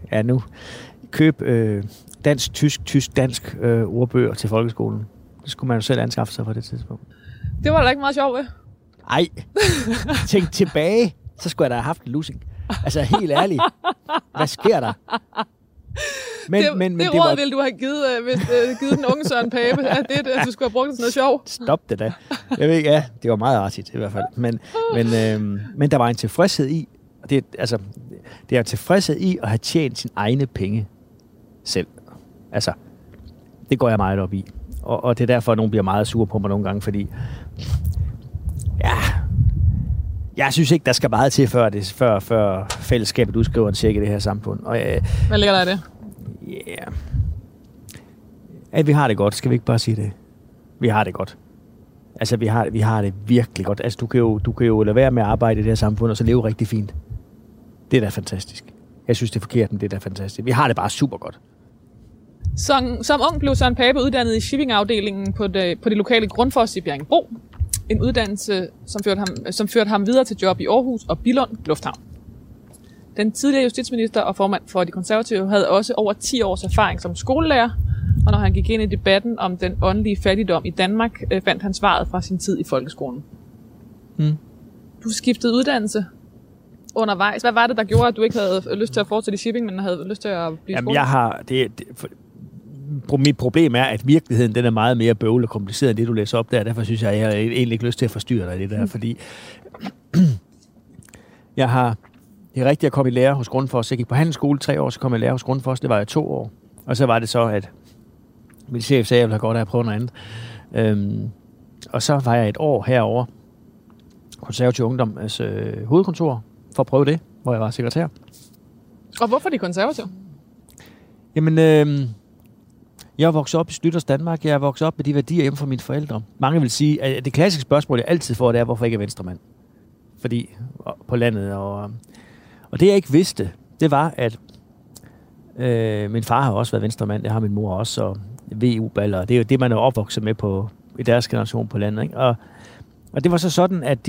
købe dansk ordbøger til folkeskolen. Det skulle man jo selv anskaffe sig på det tidspunkt. Det var da ikke meget sjovt, ved? Ej, tænk tilbage, så skulle jeg da have haft en lussing. Altså helt ærligt, hvad sker der? Men det råd ville du have givet den unge Søren Pape, at du skulle have brugt det sådan noget sjov. Stop det da. Jeg ved ikke, ja, det var meget artigt i hvert fald. Men der var en tilfredshed i, og det er en tilfredshed i at have tjent sine egne penge selv. Altså, det går jeg meget op i. Og det er derfor, at nogen bliver meget sure på mig nogle gange, fordi jeg synes ikke, der skal meget til, før fællesskabet udskriver en check i det her samfund. Og, hvad ligger der i det? Ja. At vi har det godt, skal vi ikke bare sige det? Vi har det godt. Altså, vi har det virkelig godt. Altså, du kan jo lade være med at arbejde i det her samfund, og så leve rigtig fint. Det er da fantastisk. Jeg synes, det er forkert, men det er da fantastisk. Vi har det bare super godt. Som ung blev Søren Pape uddannet i shippingafdelingen på det lokale Grundfos i Bjerringbro. En uddannelse, som førte ham videre til job i Aarhus og Billund Lufthavn. Den tidligere justitsminister og formand for De Konservative havde også over 10 års erfaring som skolelærer, og når han gik ind i debatten om den åndelige fattigdom i Danmark, fandt han svaret fra sin tid i folkeskolen. Du skiftede uddannelse undervejs. Hvad var det, der gjorde, at du ikke havde lyst til at fortsætte i shipping, men havde lyst til at blive skolelærer? Mit problem er, at virkeligheden den er meget mere bøvlet og kompliceret end det, du læser op der. Derfor synes jeg har egentlig ikke lyst til at forstyrre dig i det der, fordi det er rigtigt at komme i lære hos Grundfos. Jeg gik på handelsskole 3 år, så kom jeg i lære hos Grundfos. Det var jeg 2 år. Og så var det så, at min chef sagde, at jeg ville have godt af at prøve noget andet. Og så var jeg 1 år herovre Konservativ Ungdoms hovedkontor for at prøve det, hvor jeg var sekretær. Og hvorfor De Konservative? Jamen, jeg er vokset op i Slytters Danmark. Jeg er vokset op med de værdier hjemme fra mine forældre. Mange vil sige, at det klassiske spørgsmål, jeg altid får, det er, hvorfor ikke er venstremand? Fordi på landet. Og det, jeg ikke vidste, det var, at min far har også været venstremand. Det har min mor også. Og VU-baller. Det er jo det, man er opvokset med i deres generation på landet. Ikke? Og det var så sådan, at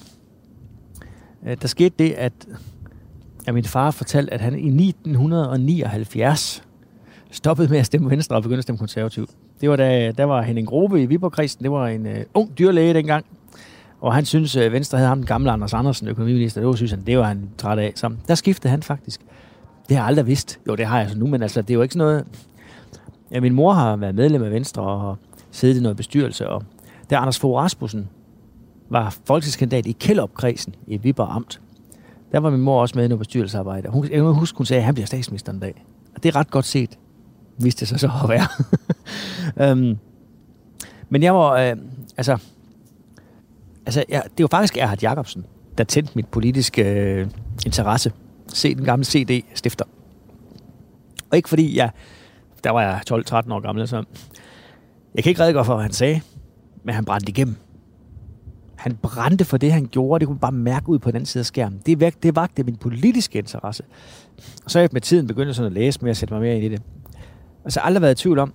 der skete det, at min far fortalte, at han i 1979 stoppede med at stemme Venstre og begyndte at stemme Konservativt. Det var der var Henning Grove i Viborg-kredsen. Det var en ung dyrlæge dengang. Og han synes, Venstre havde ham den gamle Anders Andersen, økonomiminister. Det var han træt af. Så der skiftede han faktisk. Det har jeg aldrig vidst. Jo, det har jeg så nu, men altså, det er jo ikke sådan noget... Ja, min mor har været medlem af Venstre og siddet i noget bestyrelse. Og der Anders Fogh Rasmussen var folketingskandidat i Kjellerup-kredsen i Viborg Amt. Der var min mor også med i noget bestyrelsesarbejde. Jeg husker, hun sagde, at han bliver statsminister en dag. Og det er ret godt set, viste det sig så at være. Men jeg var... det var faktisk Erhard Jacobsen, der tændte mit politiske interesse. Se den gamle CD-stifter. Og ikke fordi der var jeg 12-13 år gammel, så jeg kan ikke redegøre for, hvad han sagde, men han brændte igennem. Han brændte for det, han gjorde. Det kunne man bare mærke ud på den anden side af skærmen. Det vagte min politiske interesse. Og så er jeg med tiden begyndt sådan at læse mere og sætte mig mere ind i det. Og så har jeg aldrig været i tvivl om,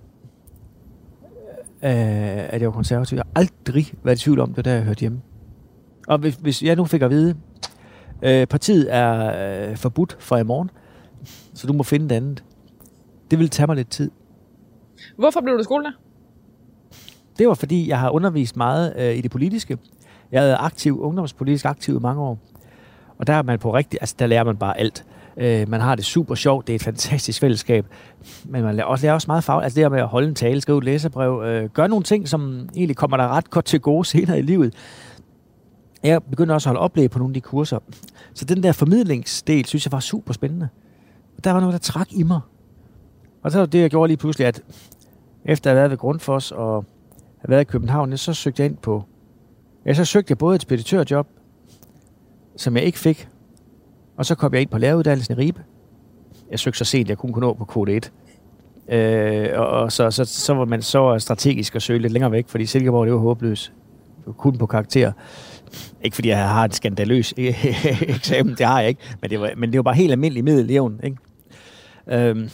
at jeg var konservativ. Jeg har aldrig været i tvivl om det, der jeg hørte hjemme. Og hvis jeg nu fik at vide, partiet er forbudt fra i morgen, så du må finde det andet. Det ville tage mig lidt tid. Hvorfor blev du skolelærer? Det var fordi, jeg har undervist meget i det politiske. Jeg har været ungdomspolitisk aktiv i mange år. Og der er man på der lærer man bare alt. Man har det super sjovt, det er et fantastisk fællesskab. Men man lærer også meget fagligt. Altså det her med at holde en tale, skrive et læserbrev, gøre nogle ting, som egentlig kommer der ret godt til gode senere i livet. Jeg begyndte også at holde oplæg på nogle af de kurser. Så den der formidlingsdel, synes jeg var super spændende. Og der var noget, der trak i mig. Og så var det, jeg gjorde lige pludselig, at efter at have været ved Grundfos og have været i København, så søgte jeg ind på... Så søgte jeg både et speditørjob, som jeg ikke fik, og så kom jeg ind på læreruddannelsen i Ribe. Jeg søgte så sent, jeg kunne nå på kode 1. Og så var man så strategisk at søge lidt længere væk, fordi Silkeborg, det var håbløst. Kun på karakter. Ikke fordi jeg har et skandaløs eksamen, det har jeg ikke, men det var bare helt almindelig middelleven, ikke?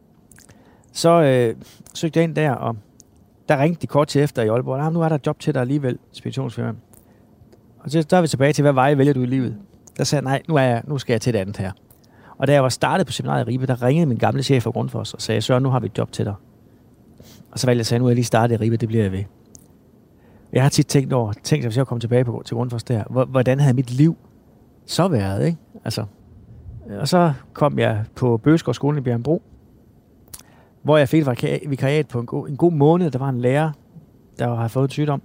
Så søgte jeg ind der, og der ringte de kort til efter i Aalborg. Nu er der et job til dig alligevel, speditionsfirma. Og så er vi tilbage til, hvad vej vælger du i livet? Der sagde jeg, nej, nu skal jeg til det andet her. Og da jeg var startet på seminaret i Ribe, der ringede min gamle chef fra Grundfos og sagde, Søren, nu har vi et job til dig. Og så valgte jeg at sige, nu er jeg lige startet i Ribe, det bliver jeg ved. Jeg har tit tænkt, hvis jeg kom tilbage til Grundfos der, hvordan havde mit liv så været, ikke? Altså. Og så kom jeg på Bøgeskov-skolen i Bjerringbro, hvor jeg fik et vikariat på en god måned. Der var en lærer, der havde fået en sygdom.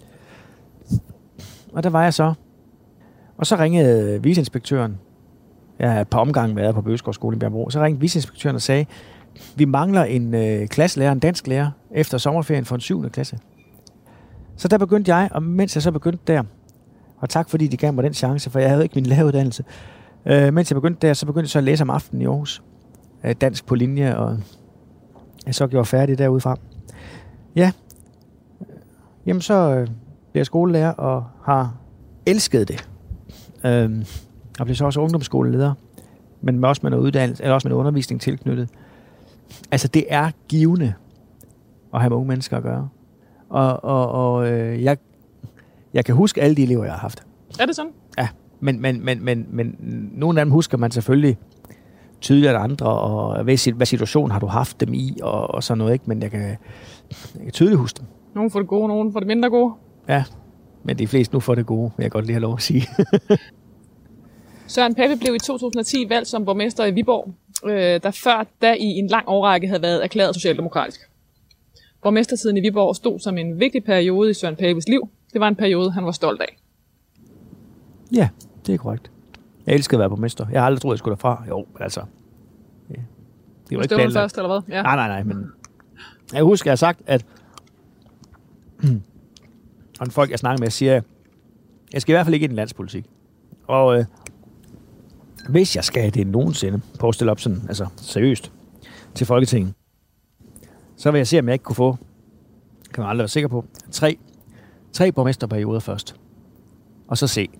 Og der var jeg så. Og så ringede viceinspektøren. Jeg har et par omgange været på Bøgeskov-skolen i Bjerringbro. Så ringede viceinspektøren og sagde, vi mangler en klasselærer, en dansk lærer, efter sommerferien for en 7. klasse. Så der begyndte jeg, og mens jeg så begyndte der, og tak fordi de gav mig den chance, for jeg havde ikke min læreruddannelse. Mens jeg begyndte der, så begyndte jeg så at læse om aftenen i Aarhus. Dansk på linje, og jeg så gjorde færdig derudfra. Ja, jamen så blev jeg skolelærer og har elsket det. Og blev så også ungdomsskoleleder, men også med noget uddannelse, eller også med noget undervisning tilknyttet. Altså det er givende at have med unge mennesker at gøre. Og jeg kan huske alle de elever, jeg har haft. Er det sådan? Ja, men nogle af dem husker man selvfølgelig tydeligere end andre, og hvad situation har du haft dem i, og sådan noget, ikke? Men jeg kan tydeligt huske dem. Nogle får det gode, nogle får det mindre gode. Ja, men de fleste nu får det gode, vil jeg godt lige have lov at sige. Søren Pape blev i 2010 valgt som borgmester i Viborg, der før i en lang årrække havde været erklæret socialdemokratisk. Borgmestertiden i Viborg stod som en vigtig periode i Søren Papes liv. Det var en periode, han var stolt af. Ja, det er korrekt. Jeg elskede at være borgmester. Jeg har aldrig troet, jeg skulle derfra. Jo, altså. Ja. Det var ikke planen først, eller hvad? Ja. Nej, men jeg husker, jeg har sagt, at og en folk, jeg snakker med, siger, jeg skal i hvert fald ikke ind i landspolitik. Og hvis jeg skal det nogensinde på at stille op sådan, altså seriøst, til Folketinget, så vil jeg se, om jeg ikke kunne få, kan man aldrig være sikker på, tre borgmesterperioder først. Og så se.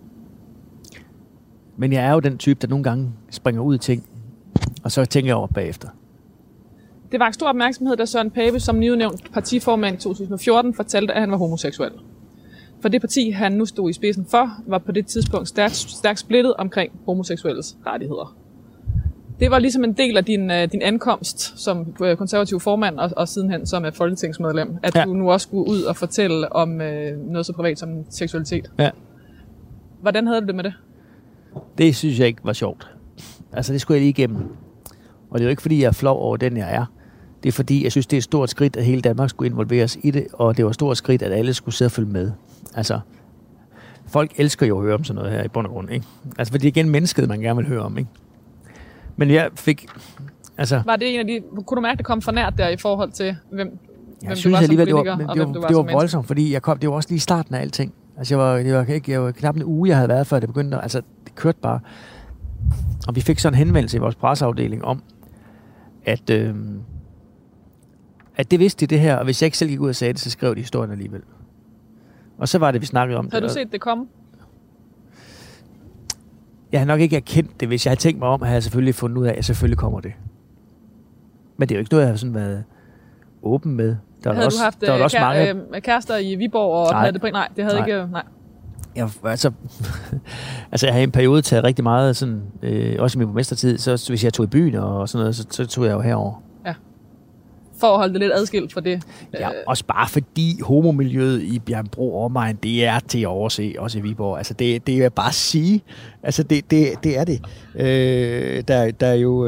Men jeg er jo den type, der nogle gange springer ud i ting, og så tænker jeg over bagefter. Det var en stor opmærksomhed, da Søren Pape som nyudnævnt partiformand i 2014 fortalte, at han var homoseksuel. For det parti, han nu stod i spidsen for, var på det tidspunkt stærkt splittet omkring homoseksuelles rettigheder. Det var ligesom en del af din ankomst som konservativ formand og sidenhen som folketingsmedlem, at du nu også skulle ud og fortælle om noget så privat som seksualitet. Ja. Hvordan havde du det med det? Det synes jeg ikke var sjovt. Altså, det skulle jeg lige igennem. Og det er jo ikke, fordi jeg er flov over den, jeg er. Det er, fordi jeg synes, det er et stort skridt, at hele Danmark skulle involveres i det, og det var et stort skridt, at alle skulle sidde og følge med. Altså, folk elsker jo at høre om sådan noget her i bund og grund, ikke? Altså, fordi det er igen mennesket, man gerne vil høre om, ikke? Men jeg fik... Altså... Var det en af de... Kunne du mærke, det kom for nært der i forhold til, hvem du var som politiker, og hvem du var som menneske? Det var voldsomt, fordi det var også lige starten af alting. Altså, jeg var knap en uge, jeg havde været, før det begyndte. Altså, det kørte bare. Og vi fik sådan en henvendelse i vores presseafdeling om, at det vidste de det her, og hvis jeg ikke selv gik ud og sagde det, så skrev de historien alligevel. Og så var det, vi snakkede om. Havde du set det komme? Jeg har nok ikke erkendt det. Hvis jeg havde tænkt mig om, havde jeg selvfølgelig fundet ud af, at selvfølgelig kommer det. Men det er jo ikke noget, jeg har sådan været åben med. Havde du haft kærester i Viborg og havde det på? Nej, det havde ikke... Nej. Jeg har i en periode taget rigtig meget, sådan, også i min borgmestertid, så hvis jeg tog i byen og sådan noget, så tog jeg jo herover. Ja. For at holde det lidt adskilt fra det. Ja, også bare fordi homomiljøet i Bjerringbro og omegn, det er til at overse, også i Viborg. Altså, det er bare at sige. Altså, det er det. Der er jo...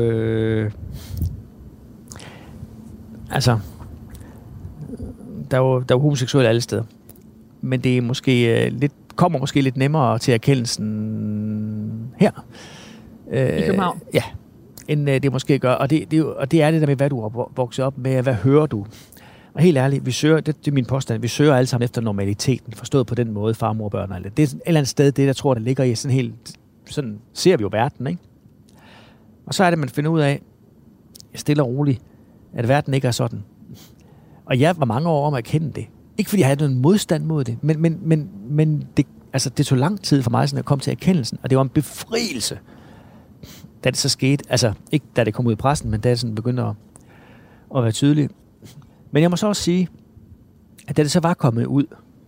der er jo homoseksuelle alle steder. Men det er måske kommer måske lidt nemmere til erkendelsen her. I København? Ja, end det måske gør. Og det er det der med, hvad du har vokset op med, hvad hører du? Og helt ærligt, vi søger, det er min påstand, vi søger alle sammen efter normaliteten, forstået på den måde, far, mor, børn og alt det. Det er et eller andet sted, det jeg tror, der ligger i sådan helt, sådan ser vi jo verden, ikke? Og så er det, man finder ud af, stille og roligt, at verden ikke er sådan. Og jeg var mange år om at erkende det. Ikke fordi jeg havde noget modstand mod det, men det tog lang tid for mig sådan at komme til erkendelsen, og det var en befrielse, da det så skete. Altså, ikke da det kom ud i pressen, men da det sådan begyndte at være tydeligt. Men jeg må så også sige, at da det så var kommet ud,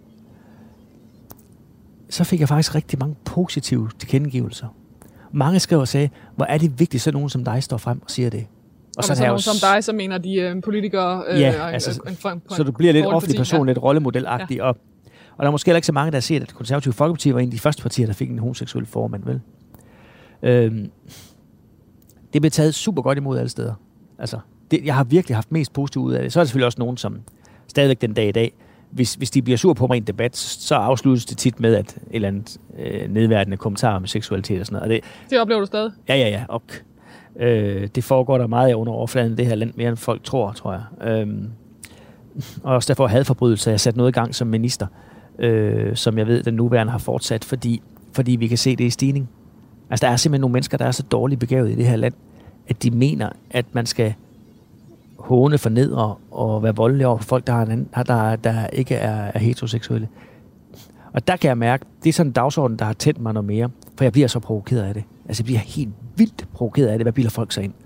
så fik jeg faktisk rigtig mange positive tilkendegivelser. Mange skrev og sagde, hvor er det vigtigt, så nogen som dig står frem og siger det. Og så nogen som dig, så mener de politikere... så du bliver lidt offentlig person, lidt rollemodelagtig. Ja. Og der er måske heller ikke så mange, der har set, at Det Konservative Folkeparti var en af de første partier, der fik en homoseksuel formand, vel? Det blev taget super godt imod alle steder. Altså, jeg har virkelig haft mest positivt ud af det. Så er der selvfølgelig også nogen, som stadigvæk den dag i dag, hvis de bliver sur på mig i en debat, så afsluttes det tit med, at et eller andet nedværdigende kommentar om seksualitet og sådan noget. Det oplever du stadig? Ja. Det foregår der meget under overfladen i det her land, mere end folk tror jeg. Og også derfor hadforbrydelser. Jeg har sat noget i gang som minister, som jeg ved, den nuværende har fortsat, fordi vi kan se det i stigning. Altså, der er simpelthen nogle mennesker, der er så dårligt begavet i det her land, at de mener, at man skal håne, fornedre og være voldelig over for folk, der ikke er heteroseksuelle. Og der kan jeg mærke, det er sådan en dagsorden, der har tændt mig noget mere, for jeg bliver så provokeret af det. Altså, jeg bliver helt vildt provokeret af det. Hvad bilder folk sig ind?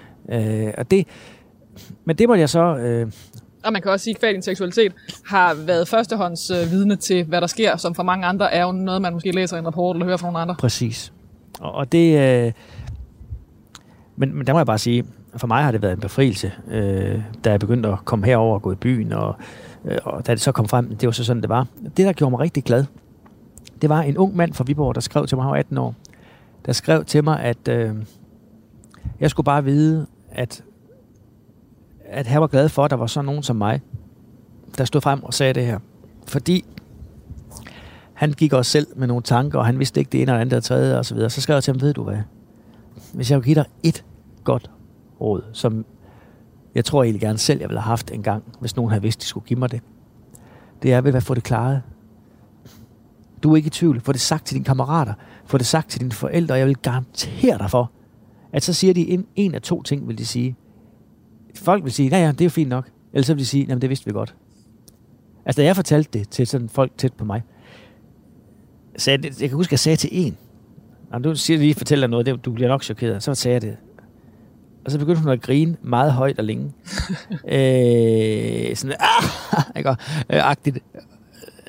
Men det må jeg så... Og man kan også sige, at kvad din seksualitet har været førstehånds vidne til, hvad der sker, som for mange andre er jo noget, man måske læser i en rapport eller hører fra nogle andre. Præcis. Og det... Men der må jeg bare sige, for mig har det været en befrielse, da jeg begyndte at komme herover og gå i byen, og da det så kom frem, det var så sådan, det var. Det, der gjorde mig rigtig glad, det var en ung mand fra Viborg, der skrev til mig, han var 18 år, der skrev til mig, at jeg skulle bare vide, at han var glad for, at der var sådan nogen som mig, der stod frem og sagde det her. Fordi han gik også selv med nogle tanker, og han vidste ikke det ene eller andet, der tredje og så videre. Så skrev jeg til ham, ved du hvad? Hvis jeg vil give dig et godt råd, som jeg tror egentlig gerne selv, jeg ville have haft en gang, hvis nogen havde vidst, de skulle give mig det. Det er, ved at få det klaret. Du er ikke i tvivl. Få det sagt til dine kammerater. Få det sagt til dine forældre, og jeg vil garantere dig for, at så siger de en af to ting, vil de sige. Folk vil sige, ja, det er jo fint nok. Eller så vil de sige, jamen det vidste vi godt. Altså, da jeg fortalte det til sådan folk tæt på mig, jeg kan huske, at jeg sagde til en, du siger lige, fortæller noget, du bliver nok chokeret. Så sagde jeg det. Og så begyndte hun at grine meget højt og længe. Sådan, agtigt.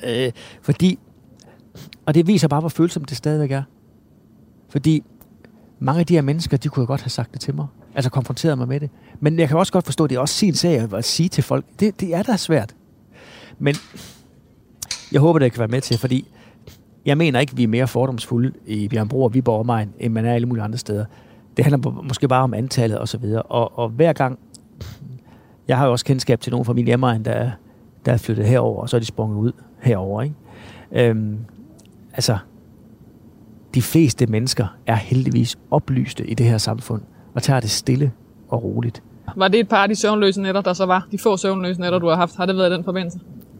Fordi, og det viser bare, hvor følsomt det stadigvæk er. Fordi mange af de her mennesker, de kunne jo godt have sagt det til mig. Altså konfronteret mig med det. Men jeg kan også godt forstå, at det er også sin sag at sige til folk. Det er da svært. Men jeg håber, det kan være med til, fordi jeg mener ikke, at vi er mere fordomsfulde i Bjerringbro og Viborg omegn, end man er alle mulige andre steder. Det handler måske bare om antallet og så videre. Og hver gang, jeg har jo også kendskab til nogle fra min hjemmeegn, der er flyttet herover, og så er de sprunget ud herover, ikke? Altså, de fleste mennesker er heldigvis oplyste i det her samfund, og tager det stille og roligt. Var det et par af de søvnløse nætter, der så var? De få søvnløse nætter, du har haft. Har det været i den forbindelse?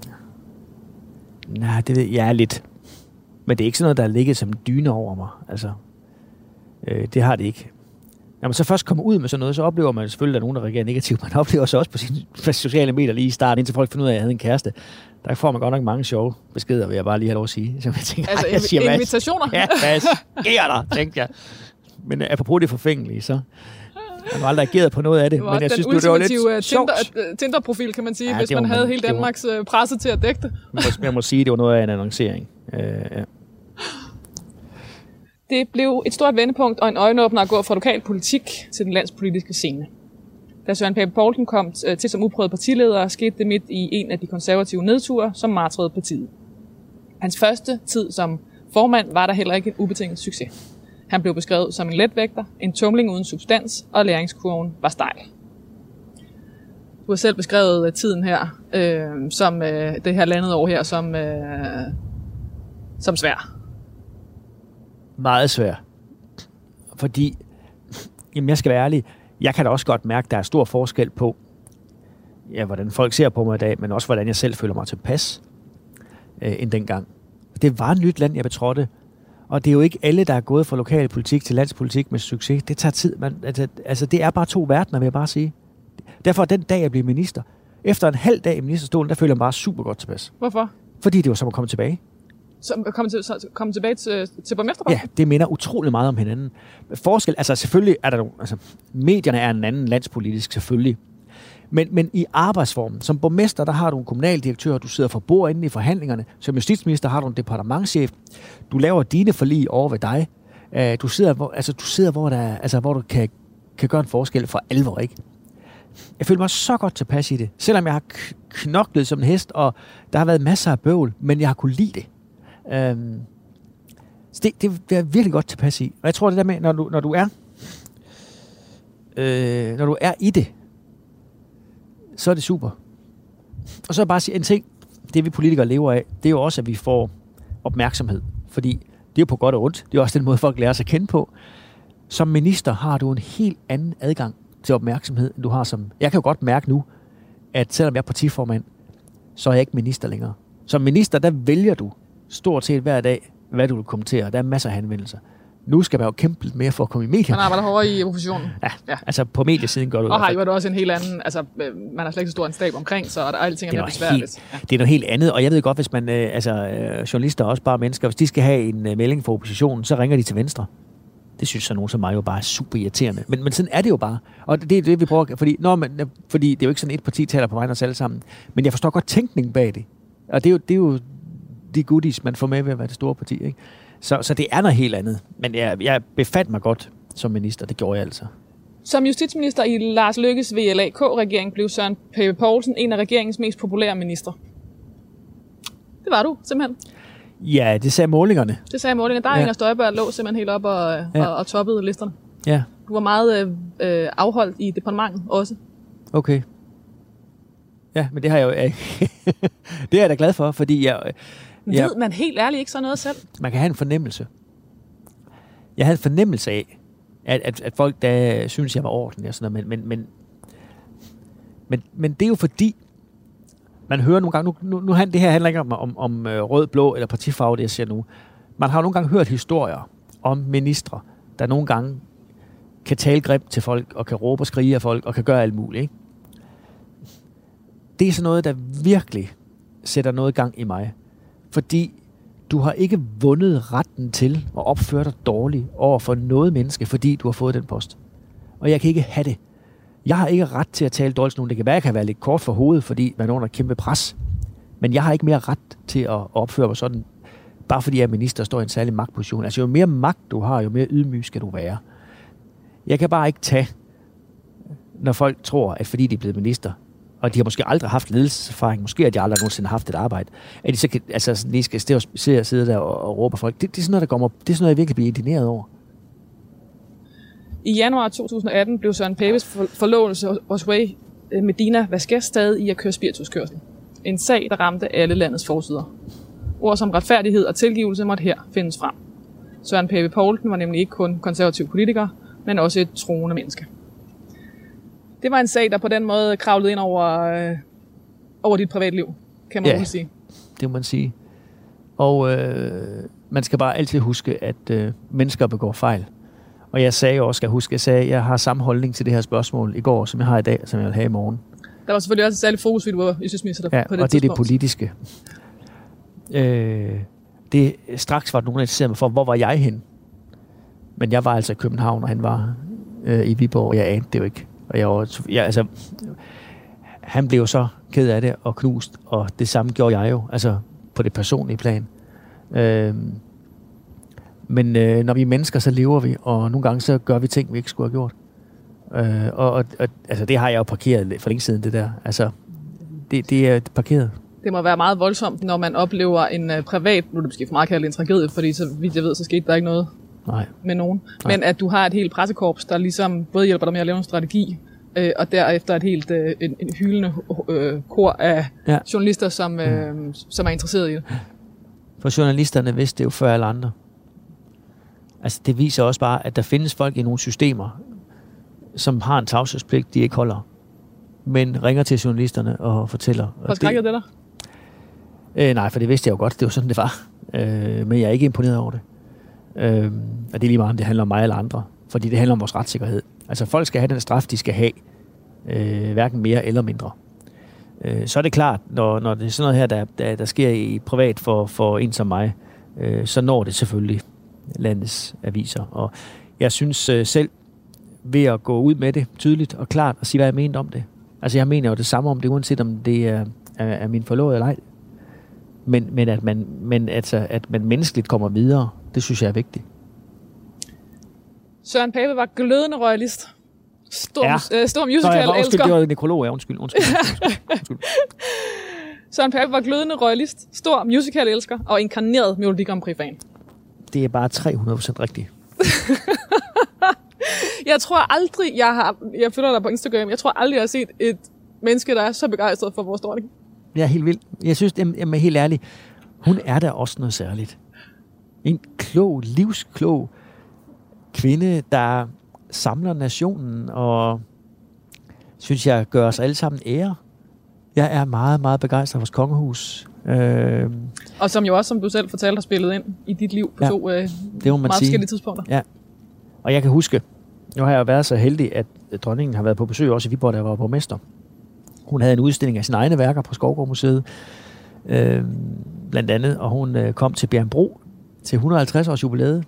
Nej, det ved jeg lidt. Men det er ikke sådan noget, der er ligget som dyne over mig. Altså, det har det ikke. Når man så først kommer ud med sådan noget, så oplever man selvfølgelig, at der er nogen, der reagerer negativt. Man oplever så også på sine sociale medier lige i starten, indtil folk finder ud af, at jeg havde en kæreste. Der får man godt nok mange sjove beskeder, vil jeg bare lige have lov at sige. Så jeg tænker, altså invitationer? Ja, hvad sker der, tænkte jeg. Men apropos det forfængelige, så jeg har aldrig ageret på noget af det. Men jeg synes, det var lidt sjovt. Tinder-profil, kan man sige, ja, hvis man havde hele Danmarks presse til at dække det. Jeg må sige, det var noget af en annoncering. Ja. Det blev et stort vendepunkt og en øjenåbner at gå fra lokal politik til den landspolitiske scene. Da Søren Pape Poulsen kom til som uprøvet partileder, skete det midt i en af de konservative nedture, som martrede partiet. Hans første tid som formand var der heller ikke en ubetinget succes. Han blev beskrevet som en letvægter, en tumling uden substans, og læringskurven var stejl. Du har selv beskrevet tiden her, som det her landet år her, som svær. Meget svær. Fordi, jamen jeg skal være ærlig, jeg kan da også godt mærke, at der er stor forskel på, ja, hvordan folk ser på mig i dag, men også hvordan jeg selv føler mig tilpas end dengang. Det var et nyt land, jeg betrådte, og det er jo ikke alle, der er gået fra lokal politik til landspolitik med succes. Det tager tid. Altså, det er bare to verdener, vil jeg bare sige. Derfor den dag, jeg blev minister, efter en halv dag i ministerstolen, der føler jeg mig bare super godt tilpas. Hvorfor? Fordi det var som at komme tilbage. Komme tilbage til borgmesterposten? Ja, det minder utrolig meget om hinanden. Forskel, altså selvfølgelig er der nogle, altså medierne er en anden landspolitisk selvfølgelig, men i arbejdsformen, som borgmester, der har du en kommunaldirektør, du sidder for bord inde i forhandlingerne, som justitsminister har du en departementschef, du laver dine forlig over ved dig, du sidder hvor du kan gøre en forskel for alvor, ikke? Jeg føler mig så godt tilpas i det, selvom jeg har knoklet som en hest, og der har været masser af bøvl, men jeg har kunnet lide det. Det er virkelig godt tilpas i. Og jeg tror det der med, når du er i det, så er det super. Og så bare sige en ting, det vi politikere lever af, det er jo også, at vi får opmærksomhed. Fordi det er jo på godt og ondt. Det er også den måde, folk lærer sig at kende på. Som minister har du en helt anden adgang til opmærksomhed, end du har som... Jeg kan jo godt mærke nu, at selvom jeg er partiformand, så er jeg ikke minister længere. Som minister, der vælger du stort set hver dag, hvad du vil kommentere. Der er masser af henvendelser. Nu skal man jo kæmpe lidt mere for at komme i medierne. Man arbejder hårdere i oppositionen. Ja, altså på mediesiden gør du det. Og har jo også en helt anden, altså man har slet ikke så stor en stab omkring, så der alting er mere besværligt. Det er noget helt andet, og jeg ved godt, hvis man, journalister og også bare mennesker, hvis de skal have en melding fra oppositionen, så ringer de til Venstre. Det synes så nogen som mig jo bare er super irriterende. Men sådan er det jo bare. Og det er det, vi prøver, fordi det er jo ikke sådan et parti taler på vegne af os alle sammen. Men jeg forstår godt tænkningen bag det. Og det er jo de goodies, man får med ved at være det store parti, ikke? Så det er noget helt andet. Men jeg befandt mig godt som minister. Det gjorde jeg altså. Som justitsminister i Lars Løkkes VLAK-regering blev Søren Pape Poulsen en af regeringens mest populære ministre. Det var du, simpelthen. Ja, det sagde målingerne. Der Inger Støjberg lå simpelthen helt op og toppede listerne. Ja. Du var meget afholdt i departementet også. Okay. Ja, men det har jeg jo det er jeg da glad for, fordi ved man helt ærligt ikke så noget selv? Man kan have en fornemmelse. Jeg havde en fornemmelse af, at folk der synes jeg var ordentlig og sådan noget, men det er jo fordi, man hører nogle gange, nu det her handler ikke om rød, blå eller partifarve, det jeg siger nu. Man har jo nogle gange hørt historier om ministre, der nogle gange kan tale grimt til folk, og kan råbe og skrige af folk, og kan gøre alt muligt, ikke? Det er sådan noget, der virkelig sætter noget gang i mig. Fordi du har ikke vundet retten til at opføre dig dårligt over for noget menneske, fordi du har fået den post. Og jeg kan ikke have det. Jeg har ikke ret til at tale dårligt til nogen. Det kan være, jeg kan være lidt kort for hovedet, fordi man er under kæmpe pres. Men jeg har ikke mere ret til at opføre mig sådan, bare fordi jeg er minister og står i en særlig magtposition. Altså jo mere magt du har, jo mere ydmyg skal du være. Jeg kan bare ikke tage, når folk tror, at fordi de er blevet minister, og de har måske aldrig haft ledelseserfaring, måske har de aldrig nogensinde haft et arbejde, at de så kan, altså, lige skal sidde der og råbe folk. Det er sådan noget, der kommer, det er sådan noget, jeg virkelig bliver indigneret over. I januar 2018 blev Søren Papes forlovelse hos Way Medina Vasquez stadig i at køre spirituskørsel. En sag, der ramte alle landets forsider. Ord som retfærdighed og tilgivelse måtte her findes frem. Søren Pape Poulsen var nemlig ikke kun konservativ politiker, men også et troende menneske. Det var en sag, der på den måde kravlede ind over dit privatliv, kan man sige. Det må man sige. Og man skal bare altid huske, at mennesker begår fejl. Og jeg sagde også, at jeg har samme holdning til det her spørgsmål i går, som jeg har i dag, som jeg vil have i morgen. Der var selvfølgelig også et særligt fokus, fordi du var justitsminister på det tidspunkt. Og det er det politiske. Det straks var nogen, der interesserede mig for, hvor var jeg hen? Men jeg var altså i København, og han var i Viborg, og jeg anede det jo ikke. Og han blev så ked af det og knust, og det samme gjorde jeg jo, altså på det personlige plan. Men når vi er mennesker, så lever vi, og nogle gange så gør vi ting, vi ikke skulle have gjort. Altså det har jeg jo parkeret for længe siden, det der. Altså, det er parkeret. Det må være meget voldsomt, når man oplever en privat, nu er det måske for meget kaldt en tragedie, fordi så vidt jeg ved, så skete der ikke noget med nogen. Nej. Men at du har et helt pressekorps, der ligesom både hjælper dig med at lave en strategi, og derefter et helt en hyldende kor af journalister, som er interesseret i det. For journalisterne vidste det jo før alle andre. Altså det viser også bare, at der findes folk i nogle systemer, som har en tavshedspligt, de ikke holder, men ringer til journalisterne og fortæller. Hvor skrækker det dig? Nej, for det vidste jeg jo godt, det var sådan, det var. Men jeg er ikke imponeret over det. Og det er lige meget, om det handler om mig eller andre, fordi det handler om vores retssikkerhed. Altså folk skal have den straf, de skal have, hverken mere eller mindre. Så er det klart, når det er sådan noget her, der sker i privat for en som mig, så når det selvfølgelig landets aviser. Og jeg synes selv, ved at gå ud med det tydeligt og klart og sige, hvad jeg mener om det. Altså jeg mener jo det samme om det, uanset om det er min forlovede eller ej. Men at man menneskeligt kommer videre, det synes jeg er vigtigt. Søren Pape var glødende royalist. Stor musical-elsker. Det var nekrolog, ja. Undskyld. Søren Pape var glødende royalist, stor musical-elsker og inkarneret Melodi Grand Prix-fan. Det er bare 300% rigtigt. Jeg tror aldrig, jeg følger dig på Instagram, jeg tror aldrig, jeg har set et menneske, der er så begejstret for vores dronning. Jeg er helt vild. Jeg synes, jamen helt ærligt, hun er da også noget særligt. En klog, livsklog kvinde, der samler nationen, og synes jeg gør os alle sammen ære. Jeg er meget, meget begejstret for vores kongehus. Og som jo også, som du selv fortalte, har spillet ind i dit liv på to meget forskellige tidspunkter. Ja, og jeg kan huske, nu har jeg været så heldig, at dronningen har været på besøg også i Viborg, der var borgmester. Hun havde en udstilling af sine egne værker på Skovgård-museet, blandt andet, og hun kom til Bjerringbro til 150 års jubilæet,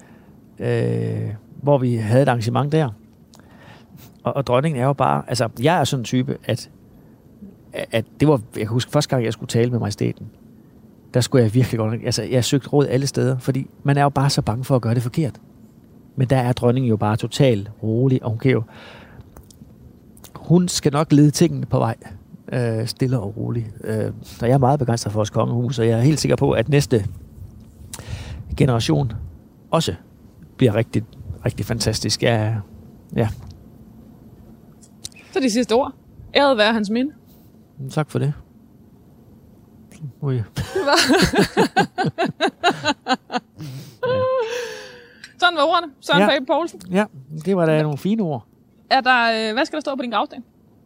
hvor vi havde et arrangement der. Og dronningen er jo bare, altså jeg er sådan en type, at det var, jeg kan huske første gang, jeg skulle tale med majestæten, der skulle jeg virkelig godt, altså jeg søgte råd alle steder, fordi man er jo bare så bange for at gøre det forkert. Men der er dronningen jo bare totalt rolig, og hun skal nok lede tingene på vej, stille og roligt. Så jeg er meget begejstret for vores kongehus, og jeg er helt sikker på, at næste generation også bliver rigtig, rigtig fantastisk. Ja. Så de sidste ord. Æret være hans minde. Tak for det. Ui. Sådan var ordene. Søren Pape Poulsen. Ja, det var da nogle fine ord. Hvad skal der stå på din gravsten?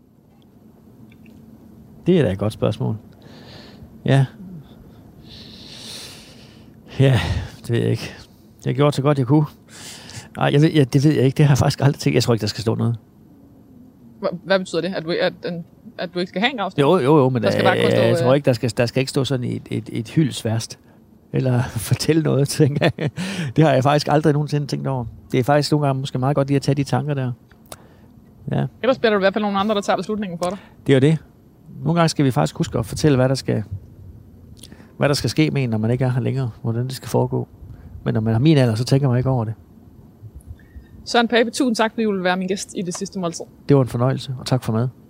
Det er da et godt spørgsmål. Ja. Ja, det ved jeg ikke. Jeg gjorde så godt, jeg kunne. Nej, det ved jeg ikke. Det har jeg faktisk aldrig tænkt. Jeg tror ikke, der skal stå noget. Hvad betyder det? At du ikke skal have en gravsten? Jo, men jeg tror ikke, der skal ikke stå sådan et hyldesværst. Eller fortælle noget, tænker jeg. Det har jeg faktisk aldrig nogensinde tænkt over. Det er faktisk nogle gange måske meget godt lige at tage de tanker der. Ja. Ellers bliver der i hvert fald nogle andre, der tager beslutningen for dig. Det er jo det. Nogle gange skal vi faktisk huske at fortælle, hvad der skal ske med en, når man ikke er her længere. Hvordan det skal foregå. Men når man har min alder, så tænker man ikke over det. Søren Pape, tusind tak, fordi du vil være min gæst i Det Sidste Måltid. Det var en fornøjelse, og tak for mad.